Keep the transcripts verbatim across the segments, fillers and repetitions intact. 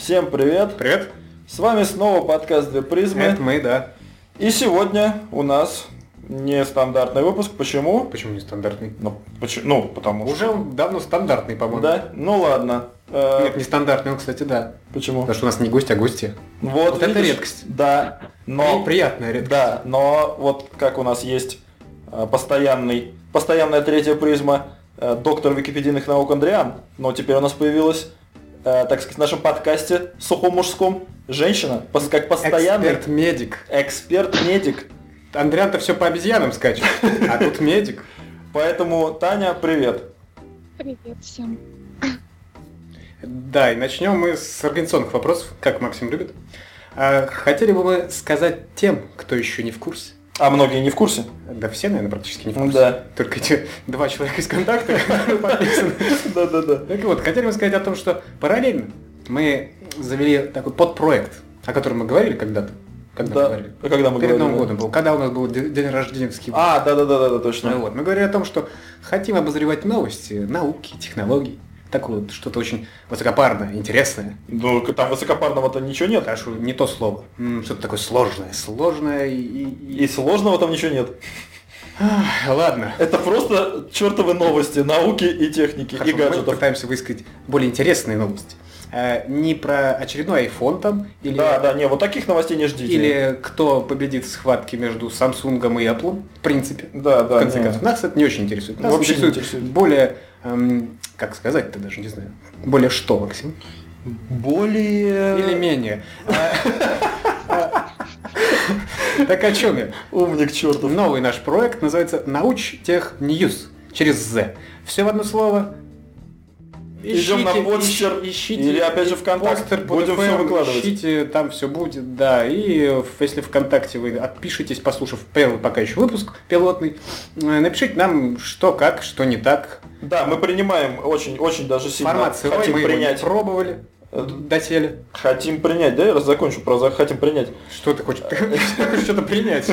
Всем привет! Привет! С вами снова подкаст «Две призмы». Это мы, да. И сегодня у нас нестандартный выпуск. Почему? Почему нестандартный? Ну, почему? ну потому Уже что... он давно стандартный, по-моему. Да? Ну ладно. Э, Нет, нестандартный он, кстати, да. Почему? Потому что у нас не гость, а гости. Вот, Вот это видишь? редкость. Да. Но... И приятная редкость. Да, но вот как у нас есть э, постоянный, постоянная третья призма, э, доктор википедийных наук Андриан, но теперь у нас появилась, э, так сказать, в нашем подкасте сухом мужском женщина, пос- как постоянный... Эксперт-медик. Эксперт-медик. Андриан-то все по обезьянам скачет, а тут медик. Поэтому, Таня, привет. Привет всем. Да, и начнем мы с организационных вопросов, как Максим любит. А, хотели бы мы сказать тем, кто еще не в курсе. А многие не в курсе? Да все, наверное, практически не в курсе. Да. Только эти два человека из контакта, которые подписаны. Да-да-да. Так вот, хотели бы сказать о том, что параллельно мы завели такой подпроект, о котором мы говорили когда-то. Когда Да. мы говорили? А когда мы Перед говорили? Новым годом был. Когда у нас был де- день рождения. А, да-да-да, точно. Ну вот, мы говорили о том, что хотим обозревать новости, науки, технологий. Так вот, что-то очень высокопарное, интересное. Ну, там высокопарного-то ничего нет. Хорошо, не то слово. М, Что-то такое сложное. Сложное и... и- И сложного там ничего нет. Ах, ладно. Это просто чертовы новости науки и техники, Хорошо, и мы гаджетов. пытаемся высказать более интересные новости. Э, Не про очередной iPhone там, или... Да, да, не, вот таких новостей не ждите. Или кто победит в схватке между Samsung и Apple, в принципе. Да, да, В конце не. концов, нас это не очень интересует. Нас Вообще не интересует интересует. более, эм, как сказать-то даже, не знаю. Более что, Максим? Более... Или менее. Так о чем я? Умник чертов. Новый наш проект называется Научтех Ньюс. Через Z. Все в одно слово. Идем на Ищите, подстер, ищ- ищите, или опять же ВКонтакте. постер под Будем эф эм, всё выкладывать. Ищите, там все будет, да. И э, если ВКонтакте вы отпишитесь, послушав первый пока еще выпуск пилотный, э, напишите нам, что как, что не так. Да, мы принимаем очень, очень даже сильно. Формат сырой, хотим мы его не принять. пробовали, Э, доселе. Хотим принять, да, я раз закончу про за- хотим принять. Что ты хочешь? Ты хочешь что-то принять?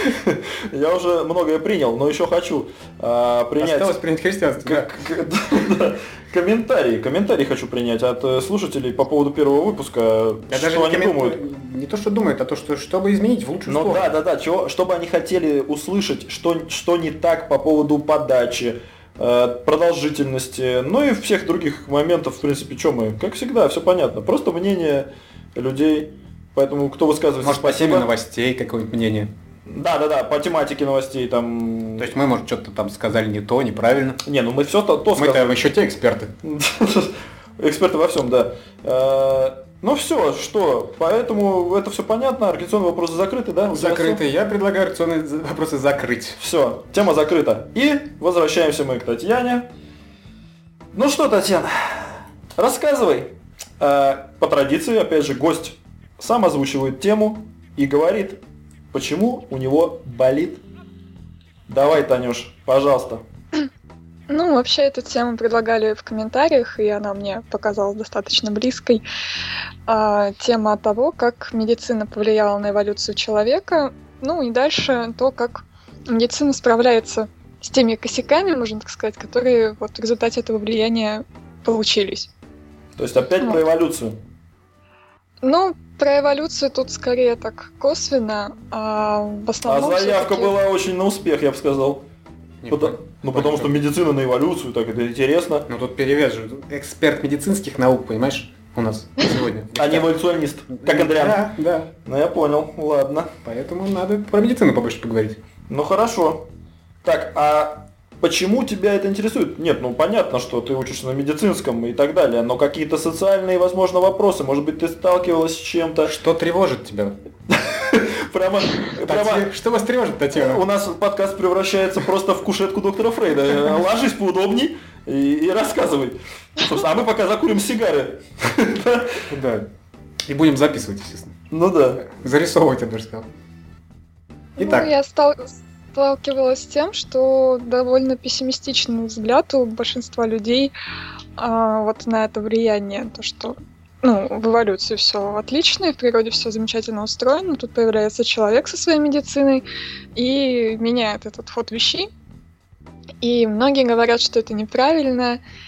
Я уже многое принял, но еще хочу а, принять. Осталось принять христианство. да? К- к- да. Комментарии, комментарии хочу принять от э, слушателей по поводу первого выпуска. Я что даже не они коммент- думают? Не то, что думают, а то, что чтобы изменить в лучшую Ну сторону. да, да, да, чего, чтобы они хотели услышать, что, что не так по поводу подачи, э, продолжительности, ну и всех других моментов, в принципе, что мы, как всегда, все понятно. Просто мнение людей, поэтому кто высказывается, Может, по теме спасибо. новостей какое-нибудь мнение. Да, да, да, по тематике новостей там. То есть мы, может, что-то там сказали не то, неправильно. Не, ну мы все то, то Мы-то еще те эксперты. Эксперты во всем, да. Э, Ну все, что, поэтому это все понятно, организационные вопросы закрыты, да? Закрыты. Я предлагаю организационные за- вопросы закрыть. Все, тема закрыта. И возвращаемся мы к Татьяне. Ну что, Татьяна, рассказывай. Э, По традиции, опять же, гость сам озвучивает тему и говорит, почему у него болит. Давай, Танюш, пожалуйста. Ну, вообще эту тему предлагали в комментариях, и она мне показалась достаточно близкой. А, тема того, как медицина повлияла на эволюцию человека, ну и дальше то, как медицина справляется с теми косяками, можно так сказать, которые вот в результате этого влияния получились. То есть опять про эволюцию. Ну, про эволюцию тут скорее так косвенно, а в А основном заявка всё-таки- была очень на успех, я бы сказал. Не Пота- понял. Ну потому что медицина на эволюцию, так это интересно. Ну тут перевес же. Эксперт медицинских наук, понимаешь, у нас сегодня. А не эволюционист, как Андриан. Да, да. Ну я понял, ладно. Поэтому надо про медицину побольше поговорить. Ну хорошо. Так, а почему тебя это интересует? Нет, ну понятно, что ты учишься на медицинском и так далее, но какие-то социальные, возможно, вопросы, может быть, ты сталкивалась с чем-то. Что тревожит тебя? Прямо, прямо Татьяна, что вас тревожит, Татьяна? у нас подкаст превращается просто в кушетку доктора Фрейда. Ложись поудобней и, и рассказывай. Собственно, а мы пока закурим сигары. Да. И будем записывать, естественно. Ну да. Зарисовывать, я бы даже сказал. Итак. Ну, я стал- сталкивалась с тем, что довольно пессимистичный взгляд у большинства людей а, вот на это влияние, то что ну, в эволюции все отлично, и в природе все замечательно устроено, тут появляется человек со своей медициной и меняет этот ход вещей. И многие говорят, что это неправильно,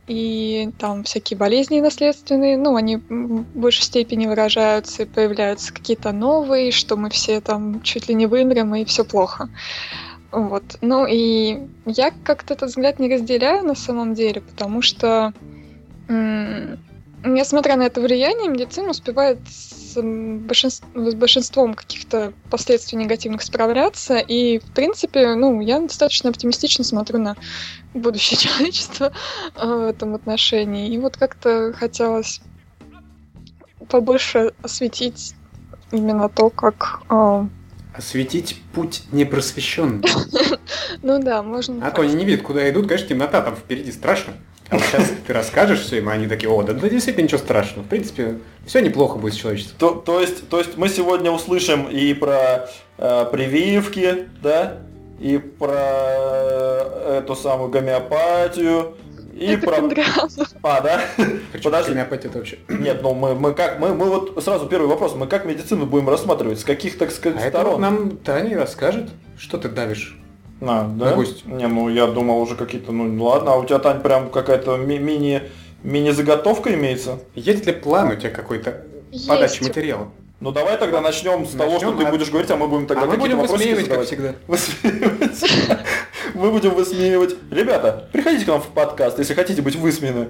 и там всякие болезни наследственные, ну, они в большей степени выражаются, и появляются какие-то новые, что мы все там чуть ли не вымрем, и все плохо. Вот. Ну и я как-то этот взгляд не разделяю на самом деле, потому что, м- несмотря на это влияние, медицина успевает с, большинств- с большинством каких-то последствий негативных справляться, и, в принципе, ну, я достаточно оптимистично смотрю на будущее человечества э, в этом отношении. И вот как-то хотелось побольше осветить именно то, как... э, Осветить путь непросвещенный. Ну да, можно... А то они не видят, куда идут, конечно, темнота там впереди, страшно. А вот сейчас ты расскажешь все им, а они такие: о, да, да действительно ничего страшного. В принципе, все неплохо будет с человечеством. То, то, есть, то есть мы сегодня услышим и про э, прививки, да, и про э, эту самую гомеопатию, и Это про... Кондратьев. А, да? Подожди. Гомеопатия это вообще... Нет, ну мы, мы как, мы, мы вот сразу первый вопрос, мы как медицину будем рассматривать, с каких, так сказать, А это вот сторон? нам Таня и расскажет, что ты давишь. А, да? на гость. Не, ну я думал уже какие-то, ну ладно, а у тебя, Тань, прям какая-то ми- мини, мини-заготовка имеется? Есть ли план у тебя какой-то Есть. подачи материала? Ну давай тогда начнем с того, что Начнем, ты а- будешь говорить, а мы будем тогда А мы какие-то будем вопросики высмеивать, как задавать. всегда. Высмеивать. Мы будем высмеивать. Ребята, приходите к нам в подкаст, если хотите быть высмеяны.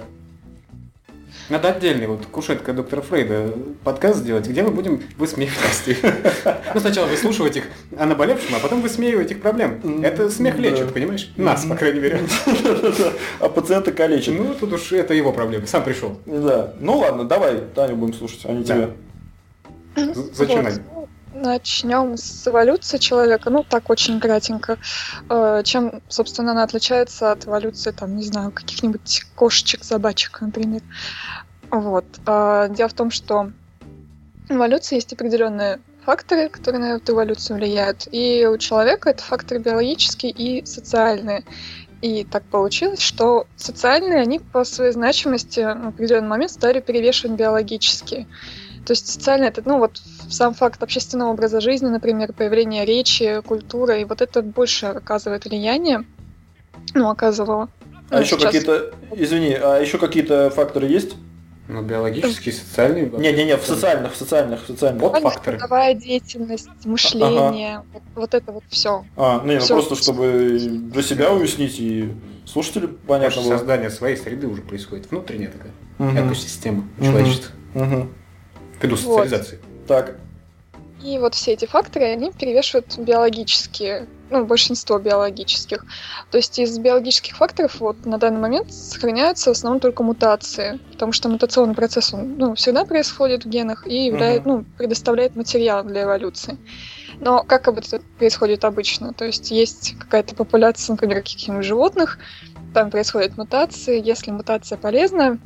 Надо отдельный вот кушетка доктора Фрейда подкаст сделать, где мы будем высмеивать гостей. Ну, сначала выслушивать их о наболевшем, а потом высмеивать их проблем. Это смех лечит, понимаешь? Нас, по крайней мере. А пациента калечит. Ну, тут уж это его проблема. Сам пришел. Да. Ну ладно, давай Таню будем слушать, а не Да. тебя. Зачинай. Вот. Начнем с эволюции человека, ну так очень кратенько. Э, Чем, собственно, она отличается от эволюции, там, не знаю, каких-нибудь кошечек, собачек, например. Вот. Э, Дело в том, что в эволюции есть определенные факторы, которые на эту эволюцию влияют. И у человека это факторы биологические и социальные. И так получилось, что социальные, они по своей значимости в определенный момент стали перевешивать биологические. То есть социально это, ну вот сам факт общественного образа жизни, например, появление речи, культуры, и вот это больше оказывает влияние, ну, оказывало. А Ну, еще сейчас- какие-то, извини, а еще какие-то факторы есть? Ну, биологические, социальные. Не-не-не, в социальных, в социальных, в социальных. Вот Социальная, факторы. трудовая деятельность, мышление, вот, вот это вот все. А, ну не, ну Всё. просто чтобы для себя уяснить и слушатели понятно Наше было. создание своей среды уже происходит. Внутренняя такая Мгм. экосистема Мгм. человечества. Мгм. Ввиду Вот. социализации. Так. И вот все эти факторы, они перевешивают биологические, ну, большинство биологических. То есть из биологических факторов вот на данный момент сохраняются в основном только мутации, потому что мутационный процесс, он, ну, всегда происходит в генах и являет, Мгм. ну, предоставляет материал для эволюции. Но как это происходит обычно? То есть есть какая-то популяция, например, каких-нибудь животных, там происходят мутации. Если мутация полезна,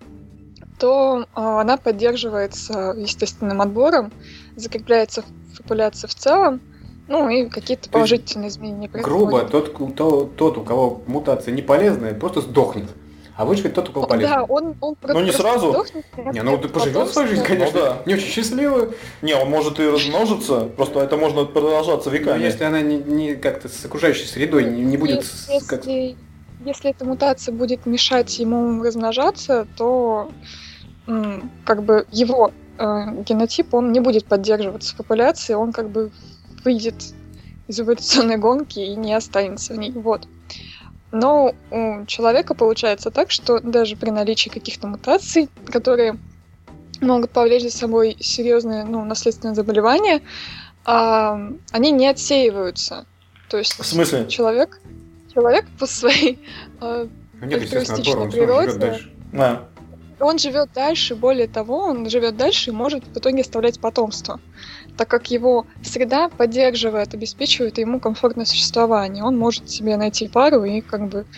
то а, она поддерживается естественным отбором, закрепляется в популяции в целом, ну и какие-то То есть, положительные изменения происходят. Грубо, тот, ку- то- тот, у кого мутация не полезная, просто сдохнет. А выживет тот, у кого Да, полезная. он, он Ну, не просто сразу. сдохнет, Не, ну ты поживет свою жизнь, потомство. конечно. Ну да. Не очень счастливую. Не, он может и размножиться, просто это можно продолжаться Но веками. если она не, не как-то с окружающей средой не, не будет... И с- как- Если, если эта мутация будет мешать ему размножаться, то м, как бы его э, генотип, он не будет поддерживаться в популяции, он как бы выйдет из эволюционной гонки и не останется в ней. Вот. Но у человека получается так, что даже при наличии каких-то мутаций, которые могут повлечь за собой серьезные, ну, наследственные заболевания, а, они не отсеиваются. То есть В смысле? человек, человек по своей э, Ну, нет, естественно, отбора, он всё природе. равно живет дальше. А, он живет дальше, более того, он живет дальше и может в итоге оставлять потомство, так как его среда поддерживает, обеспечивает ему комфортное существование. Он может себе найти пару и как бы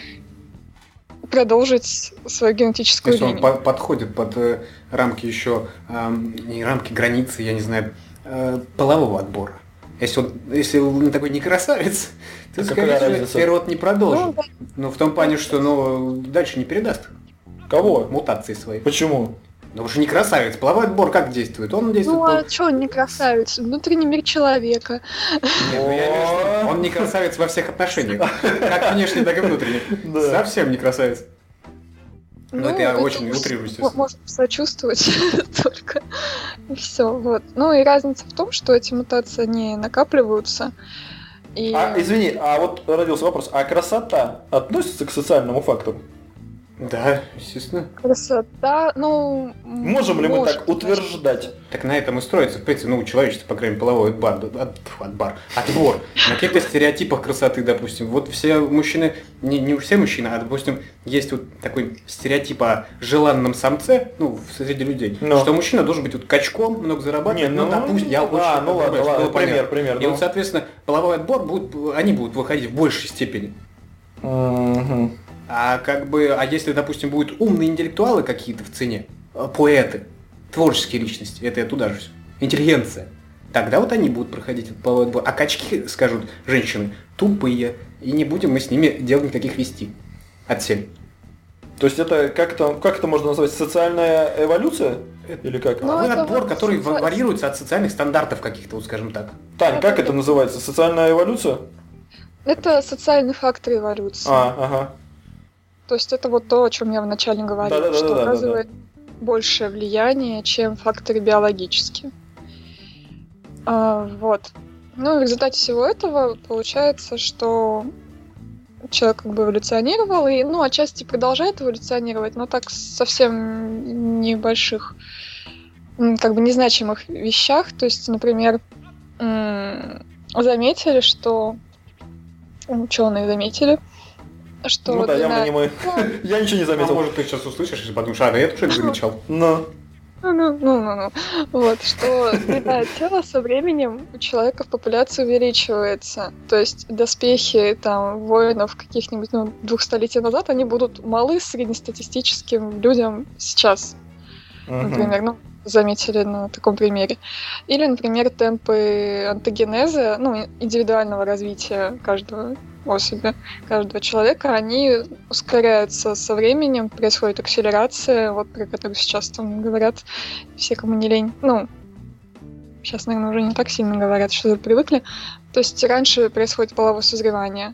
продолжить свою генетическую Если он линию. по- подходит под э, рамки еще, эм, не рамки, границы, я не знаю, э, полового отбора. Если он, если он такой не красавец, то, Так скорее какая всего, разница? первый род не продолжит. Ну, да. Ну, в том плане, что ну, дальше не передаст кого? мутации свои. Почему? Ну, уже не красавец. Половой отбор как действует? Он действует... Ну по- а что он не красавец? Внутренний мир человека. Нет, ну, я имею в виду, что он не красавец во всех отношениях. Как внешне, так и внутренне. Да. Совсем не красавец. Но ну, это я очень утрирую, естественно. Можно сочувствовать только. И все. Вот. Ну и разница в том, что эти мутации, они накапливаются. И... А, извини, а вот родился вопрос, а красота относится к социальному фактору? Да, естественно. Красота, ну... Можем ли мы так утверждать? Так на этом и строится, в принципе, ну, человечество, по крайней мере, половой отбор, от, отбор, отбор. На каких-то стереотипах красоты, допустим. Вот все мужчины, не, не все мужчины, а, допустим, есть вот такой стереотип о желанном самце, ну, среди людей, но. Что мужчина должен быть вот качком, много зарабатывать, не, ну, ну, допустим, я очень... А, ну ладно, ладно, пример, пример. И ну. вот, соответственно, половой отбор, будет, они будут выходить в большей степени. Угу. А как бы, а если, допустим, будут умные интеллектуалы какие-то в цене, поэты, творческие личности, это я туда же все, интеллигенция, тогда вот они будут проходить этот половой отбор. А качки, скажут женщины, тупые, и не будем мы с ними делать никаких вести. Отсель. То есть это как это, как это можно назвать, социальная эволюция? Или как? Ну, отбор, который соци... варьируется от социальных стандартов каких-то, вот скажем так. Тань, это как это, это называется? Социальная эволюция? Это социальный фактор эволюции. А, ага. То есть это вот то, о чем я вначале говорила, да, да, что да, да, оказывает да, да. большее влияние, чем факторы биологические. А, вот. Ну, в результате всего этого получается, что человек как бы эволюционировал, и, ну, отчасти продолжает эволюционировать, но так совсем небольших, как бы незначимых вещах. То есть, например, заметили, что ученые заметили, что ну да, длина... явно не мы. Я ничего не заметил. А может, ты сейчас услышишь и подумаешь, а, да я тоже это замечал. Но. Ну, ну, ну, ну, ну. Вот, что длина тела со временем у человека в популяции увеличивается. То есть доспехи там воинов каких-нибудь, ну, двух столетий назад, они будут малы среднестатистическим людям сейчас. Uh-huh. Например, ну, заметили на таком примере. Или, например, темпы антогенеза, ну, индивидуального развития каждого особи, каждого человека, они ускоряются со временем, происходит акселерация, вот про которую сейчас там говорят все, кому не лень. Ну, сейчас, наверное, уже не так сильно говорят, что привыкли. То есть раньше происходит половое созревание.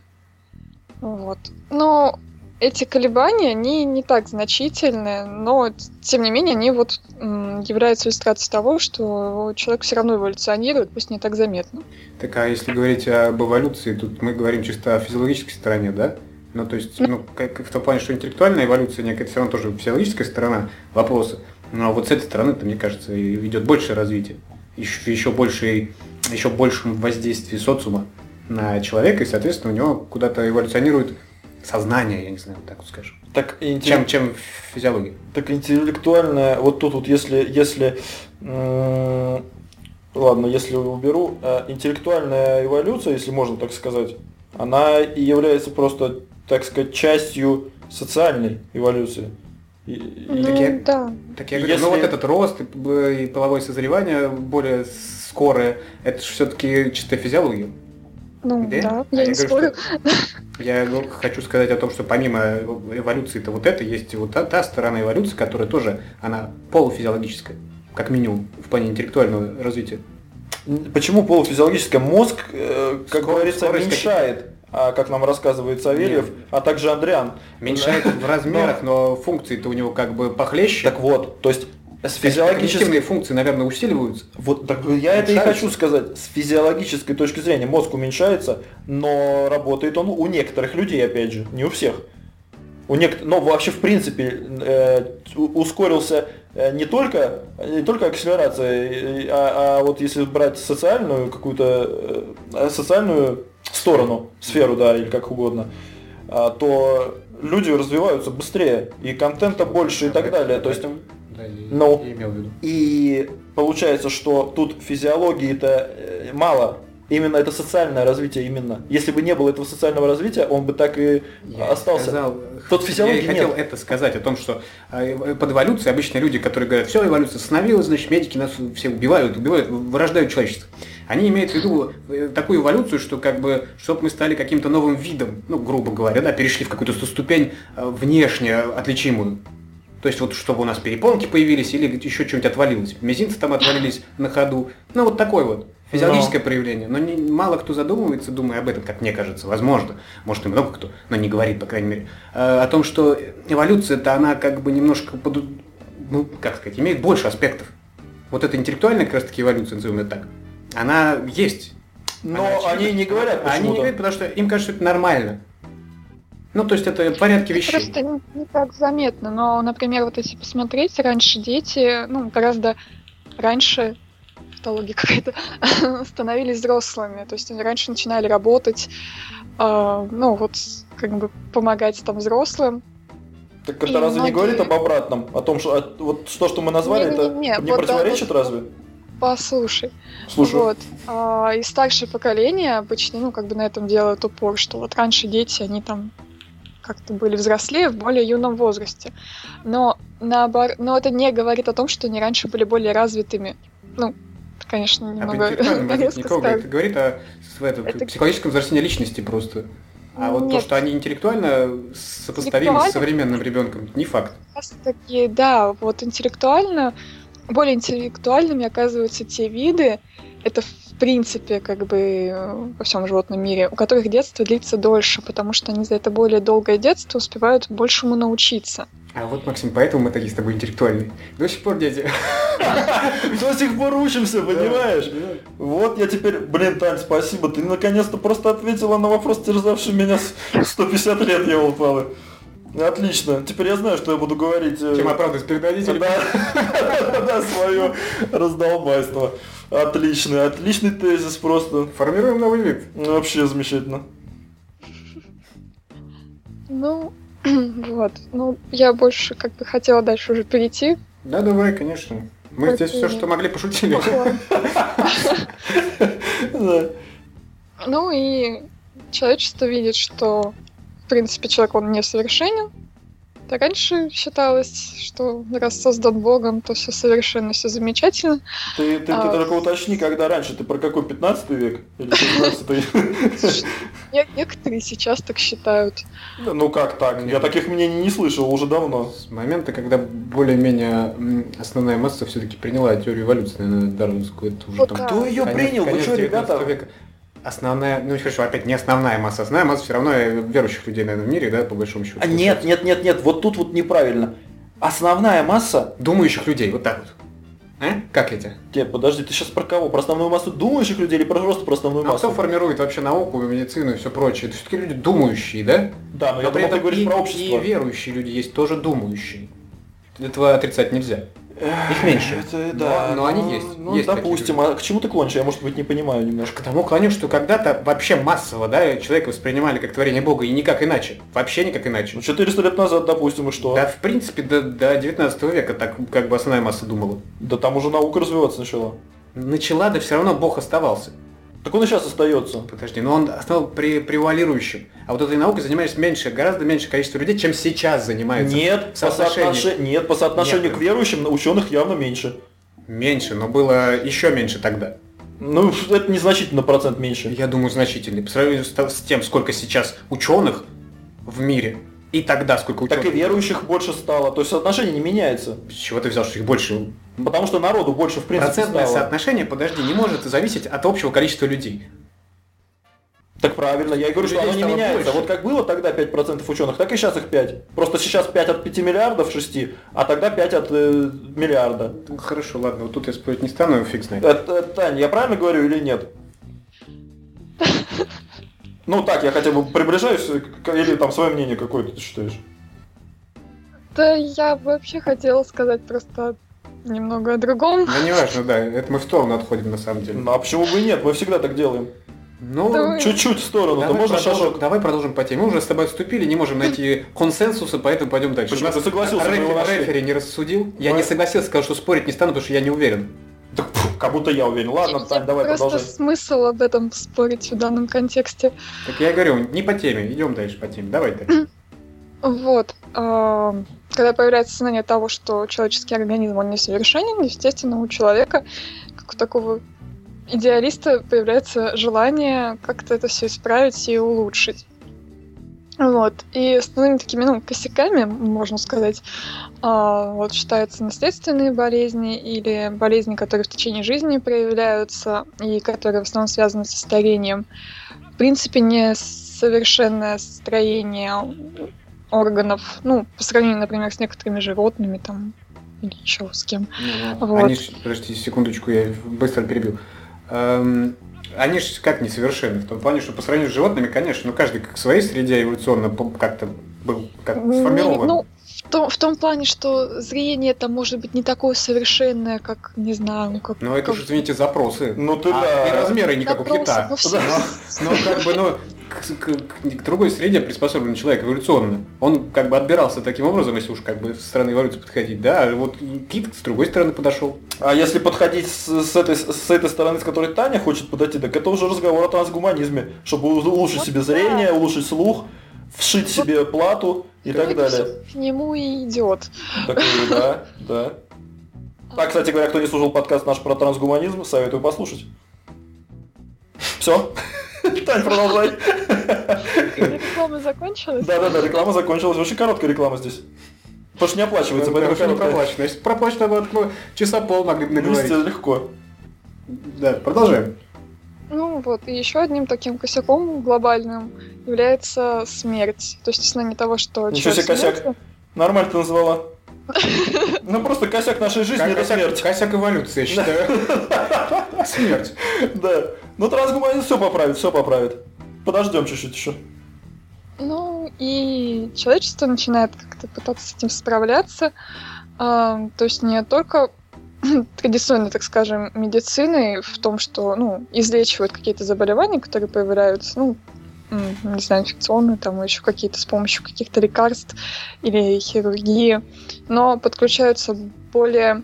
Вот. Но эти колебания, они не так значительны, но, тем не менее, они вот м, являются иллюстрацией того, что человек все равно эволюционирует, пусть не так заметно. Так, а если говорить об эволюции, тут мы говорим чисто о физиологической стороне, да? Ну, то есть, ну, как, в том плане, что интеллектуальная эволюция, некая, все равно тоже физиологическая сторона вопроса. Но вот с этой стороны-то, мне кажется, идет большее развитие. Еще, еще, больше, еще большем воздействии социума на человека, и, соответственно, у него куда-то эволюционирует сознание, я не знаю, так вот скажем. Так, интеллект... чем, чем физиология. Так интеллектуальная, вот тут вот если, если м- ладно, если уберу, э, интеллектуальная эволюция, если можно так сказать, она и является просто, так сказать, частью социальной эволюции. И, ну, так я, да. Так я говорю, если... ну вот этот рост и, и половое созревание более скорое, это же все-таки чистая физиология. Ну да, да, а я, я не говорю, спорю. Я хочу сказать о том, что помимо эволюции-то вот это, есть вот та, та сторона эволюции, которая тоже, она полуфизиологическая, как минимум, в плане интеллектуального развития. Почему полуфизиологическая? Мозг, э, как Скор, говорится, меньшает, а, как нам рассказывает Савельев, Нет. а также Андриан. Меньшает в размерах, но функции-то у него как бы похлеще. Так вот, то есть с физиологической функции, наверное, усиливаются. Вот так я это и хочу сказать. С физиологической точки зрения мозг уменьшается, но работает он у некоторых людей, опять же, не у всех. У нек... Но вообще в принципе э, ускорился э, не только не только акселерация, а, а вот если брать социальную какую-то э, социальную сторону, сферу, да, или как угодно, э, то люди развиваются быстрее и контента больше и так далее. То есть Да, ну, я имел в виду. И получается, что тут физиологии-то мало. Именно это социальное развитие именно. Если бы не было этого социального развития, он бы так и я остался. Сказал, Тут физиологии я хотел нет. это сказать, о том, что под эволюцией обычно люди, которые говорят, все, эволюция остановилась, значит, медики нас все убивают, убивают, вырождают человечество. Они имеют в виду такую эволюцию, что как бы, чтобы мы стали каким-то новым видом, ну, грубо говоря, да, перешли в какую-то ступень внешне отличимую. То есть вот чтобы у нас перепонки появились или еще что-нибудь отвалилось. Мизинцы там отвалились на ходу. Ну вот такой вот. Физиологическое но... проявление. Но не, мало кто задумывается, думая об этом, как мне кажется, возможно, может и много кто, но не говорит, по крайней мере, э, о том, что эволюция-то она как бы немножко, под, ну, как сказать, имеет больше аспектов. Вот эта интеллектуальная как раз-таки эволюция, назовем это так, она есть. Но она они не говорят почему-то. Они не говорят, потому что им кажется, что это нормально. Ну, то есть это в порядке вещей. Просто не, не так заметно, но, например, вот если посмотреть, раньше дети, ну, гораздо раньше, тавтология какая-то, становились взрослыми, то есть они раньше начинали работать, э, ну, вот, как бы помогать там взрослым. Так это и разве многие... не говорит об обратном? О том, что вот то, что мы назвали, не, это не, не, не вот, противоречит да, вот, разве? Послушай. Слушаю. Вот. А, и старшее поколение обычно, ну, как бы на этом делают упор, что вот раньше дети, они там как-то были взрослее в более юном возрасте. Но, наоборот, но это не говорит о том, что они раньше были более развитыми. Ну, конечно, немного а резко сказано. Это говорит о это, это... психологическом взрослении личности просто. А вот Нет. то, что они интеллектуально сопоставимы с современным ребенком, не факт. Такие, да, вот интеллектуально, более интеллектуальными оказываются те виды, это в принципе как бы во всем животном мире, у которых детство длится дольше, потому что они за это более долгое детство успевают большему научиться. А вот, Максим, поэтому мы такие с тобой интеллектуальные. До сих пор, дети. До сих пор учимся, понимаешь? Вот я теперь... Блин, Тань, спасибо. Ты наконец-то просто ответила на вопрос, терзавший меня сто пятьдесят лет, я упал. Отлично. Теперь я знаю, что я буду говорить. Чем оправдывать перед родителями? Да, свое раздолбайство. Отлично. Отличный тезис просто. Формируем новый вид. Вообще замечательно. Ну... Вот, ну, я больше как бы хотела дальше уже перейти. Да, давай, конечно. Мы здесь все, что могли, пошутили. Ну и человечество видит, что, в принципе, человек, он несовершенен. Да раньше считалось, что раз создан Богом, то все совершенно, все замечательно. Ты, ты, а, ты только уточни, когда раньше, ты про какой, пятнадцатый век или шестнадцатый? Некоторые сейчас так считают. Ну как так? Я таких мнений не слышал уже давно. С момента, когда более-менее основная масса все-таки приняла теорию эволюции, наверное, дарвинскую, это уже там... Кто ее принял? Вы что, ребята? Основная, ну хорошо, опять не основная масса, основная масса все равно верующих людей, наверное, в мире, да, по большому счету. А нет, нет, нет, нет, вот тут вот неправильно. Основная масса думающих людей, вот так вот. А? Как эти? Те, подожди, ты сейчас про кого? Про основную массу думающих людей или просто про основную а массу? А кто формирует вообще науку, медицину и все прочее? Это все-таки люди думающие, да? Да, но, но я думал, ты говоришь и, про общество. И верующие люди есть тоже думающие. Этого отрицать нельзя. Их меньше. Это, да, но, но они есть. Ну, есть допустим, а к чему ты клонишь? Я, может быть, не понимаю немножко. К тому клоню, что когда-то вообще массово, да, человека воспринимали как творение Бога, и никак иначе. Вообще никак иначе. Ну, четыреста лет назад, допустим, и что? Да, в принципе, до, до девятнадцатого века так как бы основная масса думала. Да там уже наука развиваться начала. Начала, да все равно Бог оставался. Так он и сейчас остается. Подожди, но он стал при, превалирующим. А вот этой наукой занимается меньше, гораздо меньше количество людей, чем сейчас занимается. Нет, по соотношению, нет, по соотношению Нет. к верующим ученых явно меньше. Меньше, но было еще меньше тогда. Ну, это незначительно процент меньше. Я думаю, значительный. По сравнению с тем, сколько сейчас ученых в мире, и тогда сколько ученых. Так и верующих больше стало. То есть соотношение не меняется. С чего ты взял, что их больше? Потому что народу больше в принципе Процентное стало. соотношение, подожди, не может зависеть от общего количества людей. Так правильно, я и говорю, что оно не меняется. Больше. Вот как было тогда пять процентов ученых, так и сейчас их пять. Просто сейчас пять от пяти миллиардов, шести, а тогда пять от э, миллиарда. Ну, хорошо, ладно, вот тут я спорить не стану, фиг знает. Это, Тань, я правильно говорю или нет? Ну так, я хотя бы приближаюсь, или там свое мнение какое-то ты считаешь? Да я вообще хотела сказать просто немного о другом. Да не важно, да, это мы в сторону отходим на самом деле. Ну а почему бы и нет, мы всегда так делаем. Ну, давай. Чуть-чуть в сторону, давай, можно продолжим, шажок. Давай продолжим по теме. Мы уже с тобой отступили, не можем найти консенсуса, поэтому пойдем дальше. Почему ты согласился? Рефери, рефери не рассудил. Я не согласился, сказал, что спорить не стану, потому что я не уверен. Да, как будто я уверен. Ладно, Тань, давай просто продолжай. Просто смысл об этом спорить в данном контексте. Так я говорю, не по теме, идем дальше по теме. Давай так. Вот. Когда появляется сознание того, что человеческий организм, он несовершенен, естественно, у человека, как у такого идеалиста, появляется желание как-то это все исправить и улучшить. Вот. И основными такими, ну, косяками, можно сказать, а, вот считаются наследственные болезни или болезни, которые в течение жизни проявляются и которые в основном связаны со старением. В принципе, несовершенное строение органов, ну, по сравнению, например, с некоторыми животными там или еще с кем. Ну, вот. Они ж, подождите секундочку, я быстро перебил. Эм, они же как несовершенны, в том плане, что по сравнению с животными, конечно, ну каждый в своей среде эволюционно как-то был как сформирован. Ну, в том, в том плане, что зрение там может быть не такое совершенное, как, не знаю, как... Но это как... же, извините, запросы. Ну ты а да. и размеры не как у Запросы, кита. ну, все. Но, но как бы, ну, к, к, к другой среде приспособлен человек эволюционно. Он как бы отбирался таким образом, если уж как бы со стороны эволюции подходить, да, а вот кит с другой стороны подошел. А если подходить с, с, этой, с этой стороны, с которой Таня хочет подойти, так это уже разговор о трансгуманизме, чтобы улучшить Вот себе да. зрение, улучшить слух, вшить Вот. себе плату и так Это далее. всё к нему и идет. Так, и да, да. А, кстати говоря, кто не слушал подкаст наш про трансгуманизм, советую послушать. Все. Тань, продолжай. Реклама закончилась? Да-да-да, реклама закончилась. Очень короткая реклама здесь. Потому что не оплачивается, поэтому Хорошо, не короткая. проплачено. Если проплачено, то ну, часа пол могли бы наговорить. Вместе легко. Да, продолжаем. Ну вот, и еще одним таким косяком глобальным является смерть. То есть, в основании того, что Ничего себе человек косяк. смертен. Нормально ты назвала. Ну просто косяк нашей жизни это Косяк, смерть. косяк эволюции, я считаю. Смерть. Да. Ну трансгуманизм все поправит, все поправит. Подождем чуть-чуть еще. Ну и человечество начинает как-то пытаться с этим справляться. А, то есть не только традиционной, так скажем, медициной в том, что, ну, излечивают какие-то заболевания, которые появляются, ну, не знаю, инфекционные, там, еще какие-то с помощью каких-то лекарств или хирургии, но подключаются более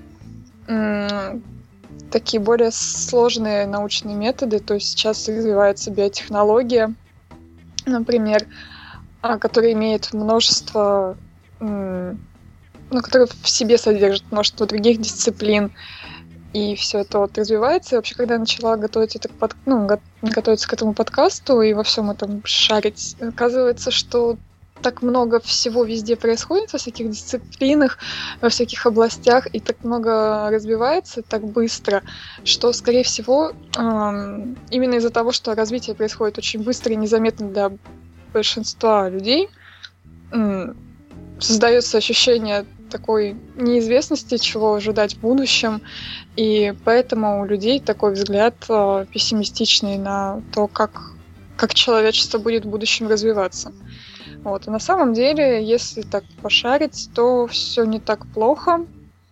м- такие более сложные научные методы, то есть сейчас развивается биотехнология, например, которая имеет множество, м- ну, которая в себе содержит множество других дисциплин, и все это вот развивается. И вообще, когда я начала готовить это, под... ну, го... готовиться к этому подкасту и во всем этом шарить, оказывается, что так много всего везде происходит, во всяких дисциплинах, во всяких областях, и так много развивается так быстро, что, скорее всего, эм, именно из-за того, что развитие происходит очень быстро и незаметно для большинства людей, эм, создается ощущение такой неизвестности, чего ожидать в будущем, и поэтому у людей такой взгляд э, пессимистичный на то, как, как человечество будет в будущем развиваться. Вот. И на самом деле, если так пошарить, то все не так плохо,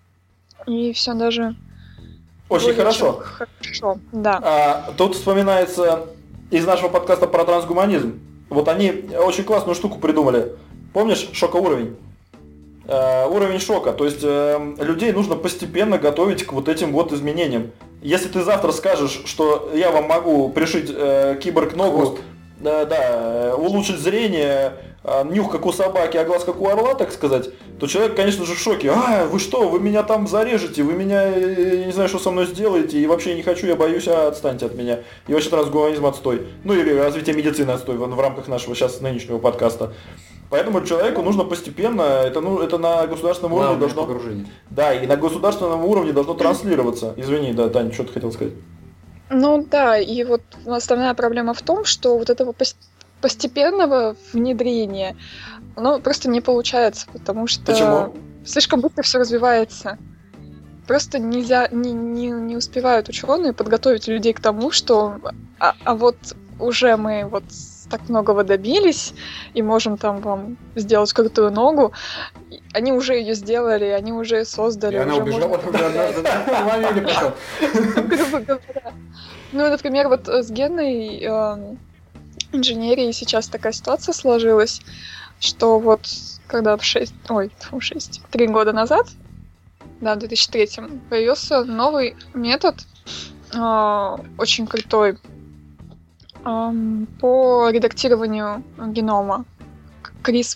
и все даже Очень хорошо. Хорошо, да. А, тут вспоминается из нашего подкаста про трансгуманизм. Вот они очень классную штуку придумали. Помнишь шокоуровень? Э, уровень шока. То есть э, людей нужно постепенно готовить к вот этим вот изменениям. Если ты завтра скажешь, что я вам могу пришить э, киборг-ногу, да, да, улучшить зрение, э, нюх как у собаки, а глаз как у орла, так сказать, то человек, конечно же, в шоке. А, вы что, вы меня там зарежете, вы меня, я не знаю, что со мной сделаете, и вообще не хочу, я боюсь, а отстаньте от меня. И вообще трансгуманизм отстой. Ну или развитие медицины отстой в, в рамках нашего сейчас нынешнего подкаста. Поэтому человеку нужно постепенно, это, ну, это на государственном уровне Главное должно... погружение. Да, и на государственном уровне должно транслироваться. Извини, да, Таня, что ты хотел сказать? Ну да, и вот основная проблема в том, что вот этого пос- постепенного внедрения, оно просто не получается, потому что Почему? слишком быстро все развивается. Просто нельзя, не, не, не успевают ученые подготовить людей к тому, что а, а вот уже мы вот так многого добились и можем там вам сделать крутую ногу. Они уже ее сделали, они уже создали. И она уже убежала можно... тогда однажды, ловили потом. Грубо говоря. Ну, например, вот с генной э, инженерией сейчас такая ситуация сложилась, что вот когда в шесть, ой, в шесть, три года назад, да, в две тысячи третьем, появился новый метод, э, очень крутой, э, по редактированию генома. крис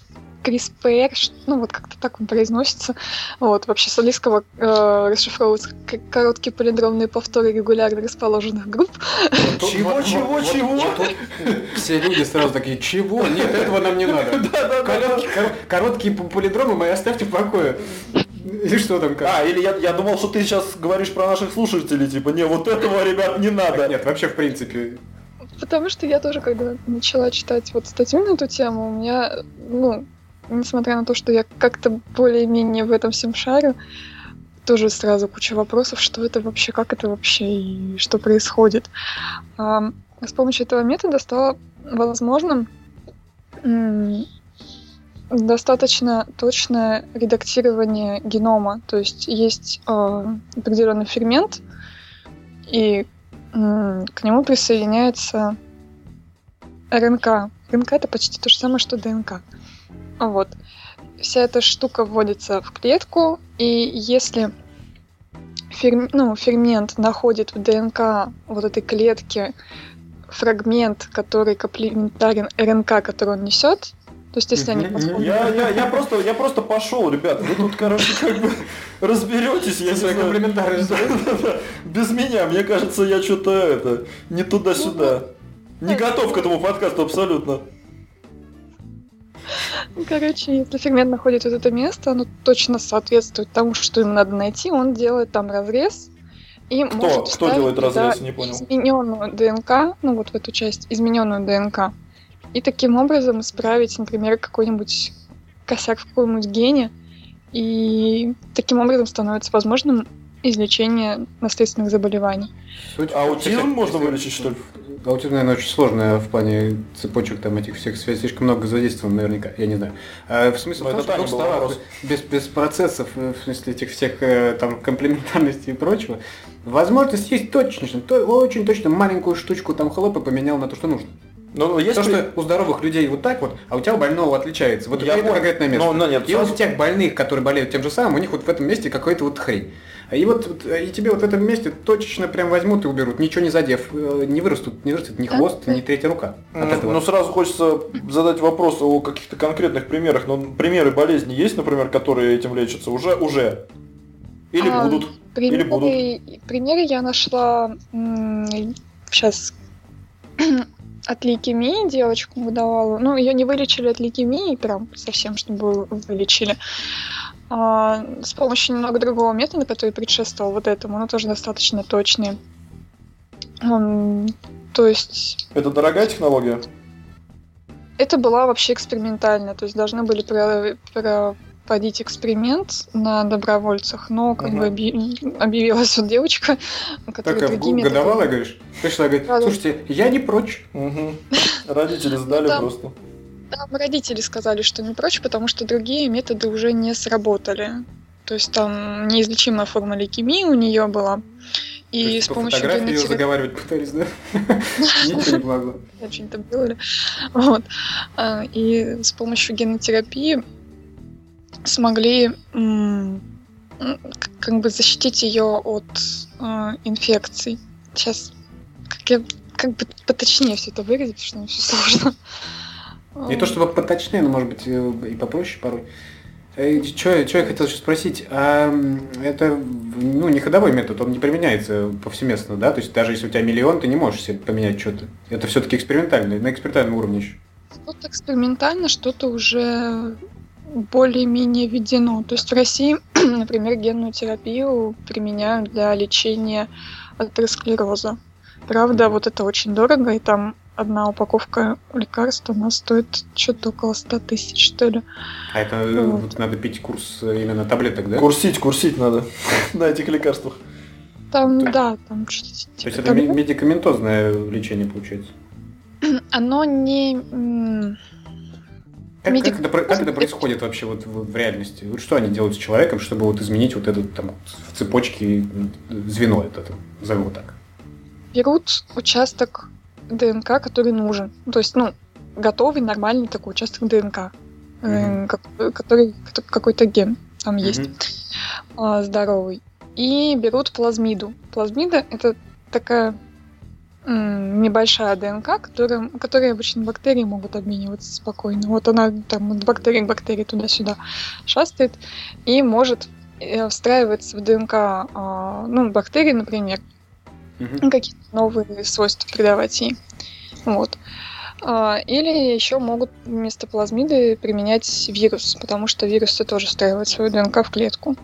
CRISPR, ну вот как-то так он произносится. Вот, вообще с английского э, расшифровываются к- короткие полиндромные повторы регулярно расположенных групп. Чего, чего, чего? Все люди сразу такие, чего? Нет, этого нам не надо. Короткие, кор- короткие п- полидромы мои оставьте в покое. Или что там как? А, или я, я думал, что ты сейчас говоришь про наших слушателей, типа, не, вот этого, ребят, не надо. Нет, вообще в принципе. Потому что я тоже, когда начала читать вот статью на эту тему, у меня, ну, несмотря на то, что я как-то более-менее в этом всем шарю, тоже сразу куча вопросов, что это вообще, как это вообще и что происходит. А, с помощью этого метода стало возможным м, достаточно точное редактирование генома. То есть есть э, определенный фермент, и м, к нему присоединяется РНК. РНК — это почти то же самое, что ДНК. Вот. Вся эта штука вводится в клетку, и если ферм... ну, фермент находит в ДНК вот этой клетки фрагмент, который комплементарен РНК, который он несет, то есть если они подходят... Я, я, я, просто, я просто пошел, ребят. Вы тут, короче, как бы разберетесь, я не Свои знаю. комплементарные Да-да-да. Без меня, мне кажется, я что-то это не туда-сюда. Не готов к этому подкасту абсолютно. Короче, если фермент находит вот это место, оно точно соответствует тому, что им надо найти, он делает там разрез и Кто? может Кто вставить делает разрез? туда Не понял. измененную ДНК, ну вот в эту часть, измененную ДНК, и таким образом исправить, например, какой-нибудь косяк в каком-нибудь гене, и таким образом становится возможным излечение наследственных заболеваний. Суть- Аутизм Кстати, можно если- вылечить, что ли? Аутизм, наверное, очень сложная в плане цепочек там этих всех связей, слишком много задействовано наверняка, я не знаю. А, в смысле, Но в том, это что Таня в был словах, вопрос. без, без процессов, э, в смысле этих всех э, там комплементарностей и прочего, возможность есть точечно, то, очень точно маленькую штучку там хлоп и поменял на то, что нужно. Ну, есть То, при- что у здоровых людей вот так вот, а у тебя у больного отличается. Вот Я это понял. конкретное место. Но- но нет, и вот сразу- у тех больных, которые болеют тем же самым, у них вот в этом месте какой-то вот хрень. И вот, вот, и тебе вот в этом месте точечно прям возьмут и уберут, ничего не задев, э, не вырастут, не вырастет ни хвост, ни третья рука. от Ну, этого. ну, сразу хочется задать вопрос о каких-то конкретных примерах. Но примеры болезни есть, например, которые этим лечатся? Уже? Уже? Или А, будут? Или будут? Примеры, примеры я нашла сейчас от лейкемии девочку выдавала. Ну, ее не вылечили от лейкемии, прям совсем, чтобы вылечили. А, с помощью немного другого метода, который предшествовал вот этому, но тоже достаточно точный. М, То есть Это дорогая технология? это была вообще экспериментальная, то есть должны были про- проводить эксперимент на добровольцах, но как Мгм. бы объ- объявилась вот девочка, которая Так, а другие методы... годовалая, говоришь? Пришла, говорит, Да, да. слушайте, я не прочь. Угу. Родители сдали там- просто. Там родители сказали, что не прочь, потому что другие методы уже не сработали. То есть там неизлечимая форма лейкемии у нее была. То И есть с по помощью фотографии ее генотерапии... заговаривать пытались, да? Ничего не помогло. Очень там делали. Вот. А, И с помощью генотерапии смогли м, м, к- как бы защитить ее от э, инфекций. Сейчас как, я, как бы поточнее все это выразить, потому что мне все сложно. Не то чтобы поточнее, но может быть э, и попроще порой. Что я хотел еще спросить, а м, это ну, не ходовой метод, он не применяется повсеместно, да? То есть даже если у тебя миллион, ты не можешь себе поменять что-то. Это все-таки экспериментально, на экспериментальном уровне еще. Что-то экспериментально, что-то уже более-менее введено. То есть в России, например, генную терапию применяют для лечения атеросклероза. Правда, вот это очень дорого, и там одна упаковка лекарств, она стоит что-то около ста тысяч, что ли. А это э, Вот. вот надо пить курс э, именно таблеток, да? Курсить, курсить надо на этих лекарствах. Там, То- да, там что-то То типа есть это того. ме- медикаментозное лечение получается. Оно не... м, Как, Медик- как это, про- как это происходит вообще вот в, в реальности? Вот что они делают с человеком, чтобы вот изменить вот этот там в цепочке м, звено это, там, назовем его так? берут участок ДНК, который нужен. То есть, ну, готовый, нормальный такой участок ДНК, э, Мгм. как- который, кото- какой-то ген там есть, Мгм. а, здоровый. И берут плазмиду. Плазмида — это такая м, небольшая ДНК, которая, которой обычно бактерии могут обмениваться спокойно. Вот она там от бактерии к бактерии туда-сюда шастает и может э, встраиваться в ДНК а, ну, бактерий, например, Мгм. какие-то новые свойства придавать ей. Вот. А, Или еще могут вместо плазмиды применять вирус, потому что вирусы тоже встраивают свою ДНК в клетку.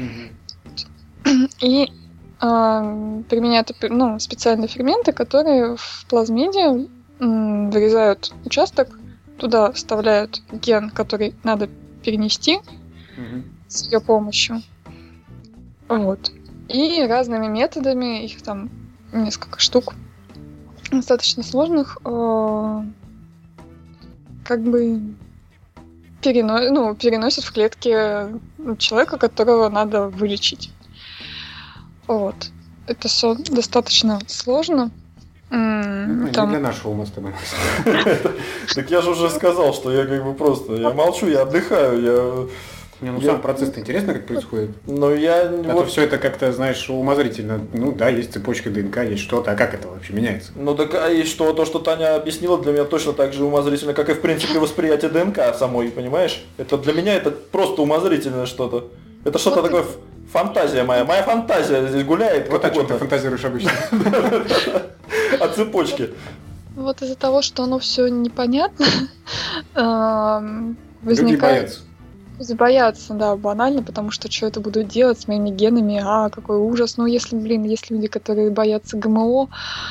Мгм. И а, применяют опе- ну, специальные ферменты, которые в плазмиде м, вырезают участок, туда вставляют ген, который надо перенести Мгм. с ее помощью. Вот. И разными методами, их там несколько штук, достаточно сложных, э, как бы перено- ну, переносят в клетки человека, которого надо вылечить. Вот. Это все достаточно сложно. М, Ну, не там- для нашего ума с тобой. Так я же уже сказал, что я как бы просто, я молчу, я отдыхаю, я... Не, ну Я- сам процесс интересно, как происходит. Но я А то вот... все это как-то, знаешь, умозрительно. Ну да, есть цепочка ДНК, есть что-то, а как это вообще меняется? Ну так а и что, то, что Таня объяснила, для меня точно так же умозрительно, как и в принципе восприятие ДНК самой, понимаешь? Это для меня это просто умозрительное что-то. Это что-то Вот такое ф- фантазия моя. Моя фантазия здесь гуляет Вот о чем ты как фантазируешь обычно. о цепочке. Вот из-за того, что оно все непонятно, эм, Люди возникает... боятся. Боятся, да, банально, потому что что это буду делать с моими генами, а, какой ужас. Ну, если, блин, есть люди, которые боятся ГМО,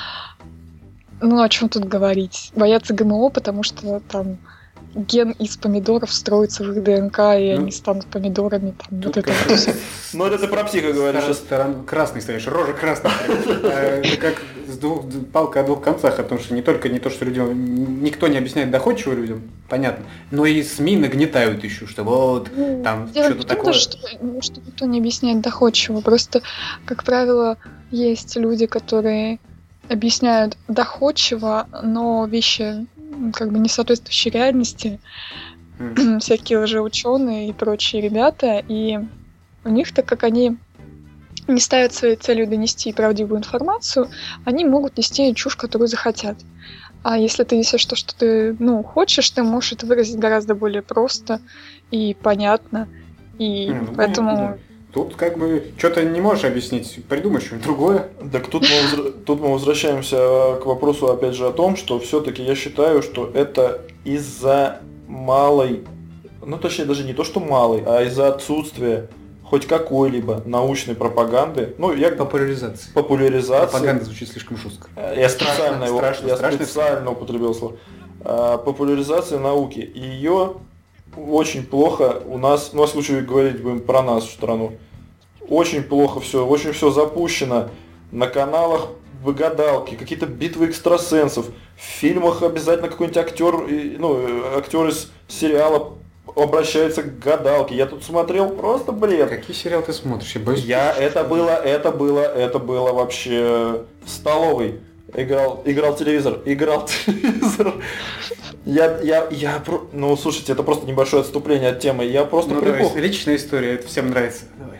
ну, о чем тут говорить? Боятся ГМО, потому что там ген из помидоров встроится в их ДНК, и Ну, они станут помидорами, там, вот Тут это как вот всё. Ну это ты про психа говоришь Стар- сейчас. сторон- Красный стоишь, рожа красная. А это как с двух, палка о двух концах, о том, что не только не то, что людям никто не объясняет доходчиво людям, понятно, но и СМИ нагнетают еще, что вот Ну, там дело что-то не в том, такое. что, ну, что никто не объясняет доходчиво. Просто, как правило, есть люди, которые объясняют доходчиво, но вещи м, как бы не соответствующие реальности. М. Всякие лжеученые и прочие ребята. И у них, так как они не ставят своей целью донести правдивую информацию, они могут нести чушь, которую захотят. А если ты несешь то, что ты, ну, хочешь, ты можешь это выразить гораздо более просто и понятно. И Не, ну, поэтому... понятно, да. Тут как бы что-то не можешь объяснить, придумай что-нибудь другое. Так тут мы, возра- тут мы возвращаемся к вопросу опять же о том, что все-таки я считаю, что это из-за малой, ну точнее даже не то, что малой, а из-за отсутствия хоть какой-либо научной пропаганды, ну я Популяризация. популяризации. Пропаганда звучит слишком жестко. Я специально его, страшно, я страшно. специально употребил слово. А, популяризация науки. И ее очень плохо у нас, ну, в случае говорить будем про нашу страну, очень плохо все, очень все запущено на каналах выгадалки, какие-то битвы экстрасенсов, в фильмах обязательно какой-нибудь актер, и, ну, э, актер из сериала обращается к гадалке. Я тут смотрел просто бред. Какие сериалы ты смотришь? Я боюсь. Я, это было, это было, это было вообще в столовой. Играл, играл телевизор, играл телевизор. Я, я, я, про- ну, слушайте, это просто небольшое отступление от темы. Я просто Ну, припух. давай, личная история, это всем нравится. Давай.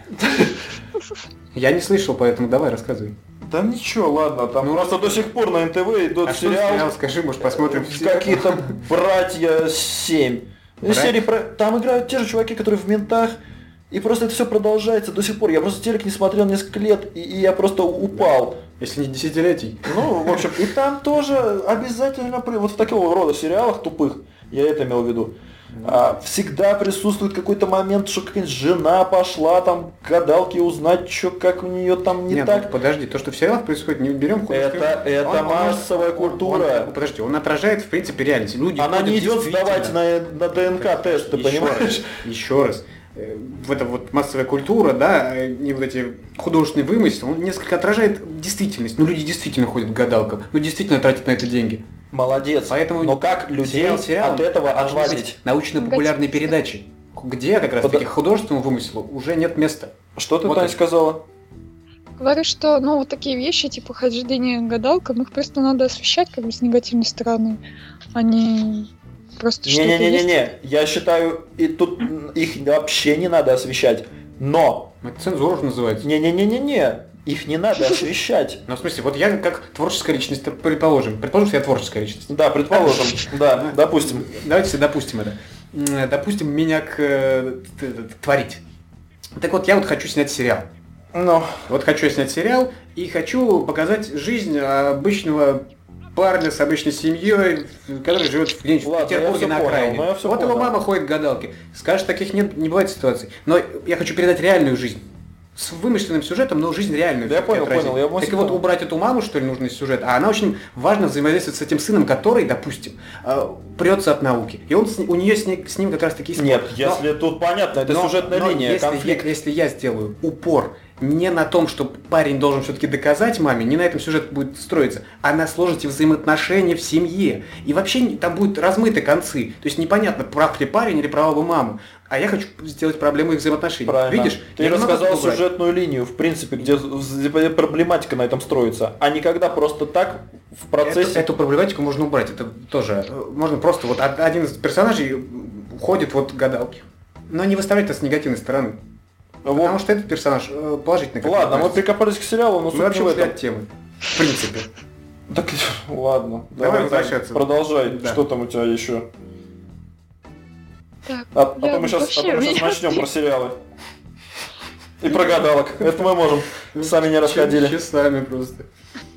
Я не слышал, поэтому давай рассказывай. Да ничего, ладно, там Ну, просто до сих пор на эн тэ вэ идет А что за сериал. сериал, скажи, может посмотрим все. Какие-то братья семь. Братья? Серии про... Там играют те же чуваки, которые в ментах. И просто это все продолжается до сих пор. Я просто телек не смотрел несколько лет, и, и я просто упал. Если не десятилетий. Ну, в общем, и там тоже обязательно, при- вот в такого рода сериалах тупых, я это имел в виду, а, всегда присутствует какой-то момент, что какая-нибудь жена пошла там к гадалке узнать, что как у нее там не Нет, так. ну, подожди, то, что в сериалах происходит, не берем художественную- Это, это Он- он может- массовая культура. он- подожди, он отражает, в принципе, реальность. Люди Она ходят не идет действительно- сдавать на, на ДНК-тест, ты Еще понимаешь? раз, еще раз. Э, В это вот массовая культура, да, э, не вот эти художественный вымысел, он несколько отражает действительность. Ну, люди действительно ходят к гадалкам, ну, действительно тратят на это деньги. Молодец. Поэтому Но как людей сериал сериалом от этого должны быть отвадить? научно-популярные передачи, где как раз Под- таки художественному вымыслу уже нет места. Что ты, Вот Тань, это. сказала? Говорю, что, ну, вот такие вещи, типа хождение к гадалкам, их просто надо освещать как бы с негативной стороны, а не просто что-то есть. Не-не-не-не-не, я считаю, и тут м, их вообще не надо освещать. Но, Это цензура же называется. не-не-не-не-не, их не надо освещать. Ну, в смысле, вот я как творческая личность, предположим, предположим, что я творческая личность. Да, предположим, да, допустим. Давайте допустим это. Допустим, меня к, к творить. Так вот, я вот хочу снять сериал. Ну. Вот хочу я снять сериал и хочу показать жизнь обычного парня с обычной семьей, который живет где-нибудь в Петербурге на окраине. Вот понял. Его мама ходит к гадалке. Скажет, таких нет, не бывает ситуаций. Но я хочу передать реальную жизнь. С вымышленным сюжетом, но жизнь реальную. Да я понял, отразить. понял. Я так и вот убрать эту маму, что ли, нужно из сюжета. А она очень важно взаимодействует с этим сыном, который, допустим, прется от науки. И он с, у нее с, ней, с ним как раз таки спор. Нет, если но, тут понятно, это но, сюжетная но линия, если конфликт. Я, если я сделаю упор не на том, что парень должен все-таки доказать маме, не на этом сюжет будет строиться, а на сложности взаимоотношений в семье. И вообще там будут размыты концы. То есть непонятно, прав ли парень или права мама. А я хочу сделать проблему их взаимоотношений. Правильно. Видишь? Ты рассказал сюжетную линию, в принципе, где проблематика на этом строится, а не когда просто так в процессе... Эту, эту проблематику можно убрать. Это тоже... Можно просто... Вот один из персонажей уходит вот к гадалке. Но не выставлять это с негативной стороны. Вот. Потому что этот персонаж положительный. Ладно, мы прикопались к сериалу, но мы вообще ушли от темы. В принципе. Так, ладно. Давай возвращаться. Продолжай. Да. Что там у тебя еще? Так, а, а то мы сейчас, а то мы сейчас начнем про сериалы. И про гадалок. Это мы можем. Сами не расходили. Часами просто.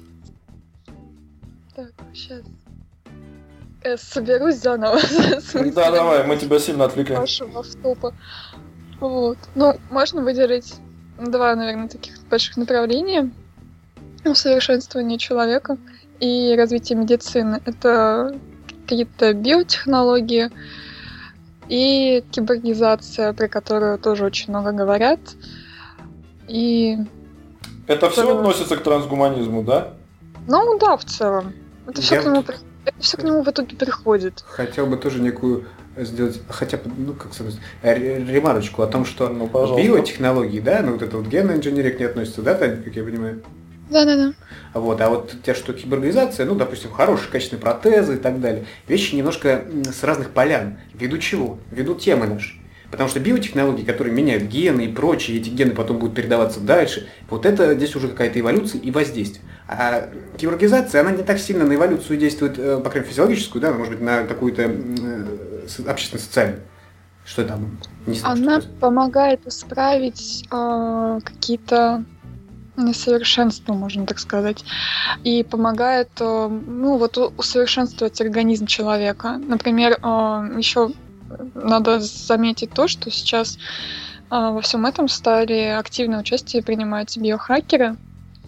Так, сейчас. Я соберусь заново. Да, давай, мы тебя сильно отвлекли. Вашего автопа. Вот. Ну, можно выделить два, наверное, таких больших направления. Усовершенствование человека и развитие медицины. Это какие-то биотехнологии и киборгизация, про которую тоже очень много говорят. И... Это все это... относится к трансгуманизму, да? Ну да, в целом. Это все, Я... к, нему... Это все к нему в итоге приходит. Хотел бы тоже некую сделать, хотя бы, ну как сказать, ремарочку о том, что ну, биотехнологии, да, ну вот это вот генная инженерия к ней относится, да, Таня, как я понимаю? Да-да-да. Вот, а вот те, что киборгизация, ну, допустим, хорошие качественные протезы и так далее, вещи немножко с разных полян. Ввиду чего? Ввиду темы нашей. Потому что биотехнологии, которые меняют гены и прочее, эти гены потом будут передаваться дальше, вот это здесь уже какая-то эволюция и воздействие. А киборгизация, она не так сильно на эволюцию действует, по крайней мере, физиологическую, да, может быть, на какую-то общественно-социальную. Что там? Не знаю, она что помогает исправить э, какие-то несовершенства, можно так сказать, и помогает, э, ну, вот усовершенствовать организм человека. Например, э, еще надо заметить то, что сейчас э, во всем этом стали активное участие принимать биохакеры.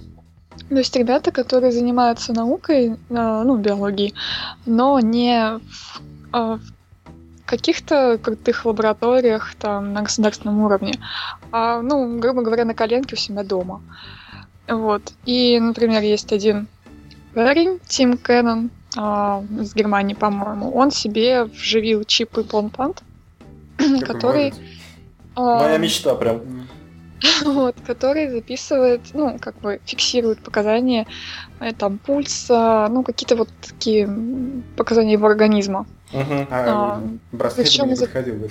То есть ребята, которые занимаются наукой, э, ну, биологией, но не в, э, в каких-то крутых лабораториях там на государственном уровне, а, ну, грубо говоря, на коленке у себя дома. Вот. И, например, есть один парень, Тим Кеннон, а, из Германии, по-моему, он себе вживил чип-имплантант, который... А, моя мечта прям. Вот, который записывает, ну, как бы фиксирует показания, там, пульса, ну, какие-то вот такие показания его организма. Uh-huh. А, а браслет не подходил.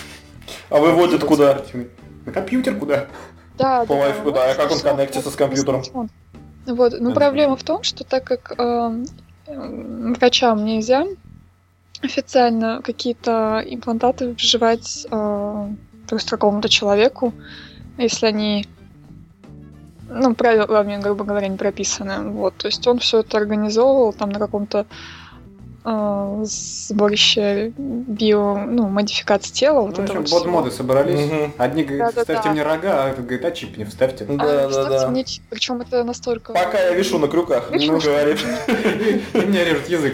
А выводит куда? На компьютер куда? Да, по Wi-Fi куда? А как он коннектится с компьютером? Вот, ну проблема в том, что так как э, врачам нельзя официально какие-то имплантаты вживать э, то есть какому-то человеку, если они, ну, правилами, грубо говоря, не прописаны. Вот, то есть он все это организовывал там на каком-то э, сборище био, ну, модификации тела. Вот ну, это в общем, вот бот-моды собрались. Угу. Одни говорят, да, ставьте да, мне да. рога, а этот говорит, а чип не вставьте. А, да, да, да. Мне чип, причем это настолько... Пока я вишу на крюках, ну, говорит. И меня режет язык.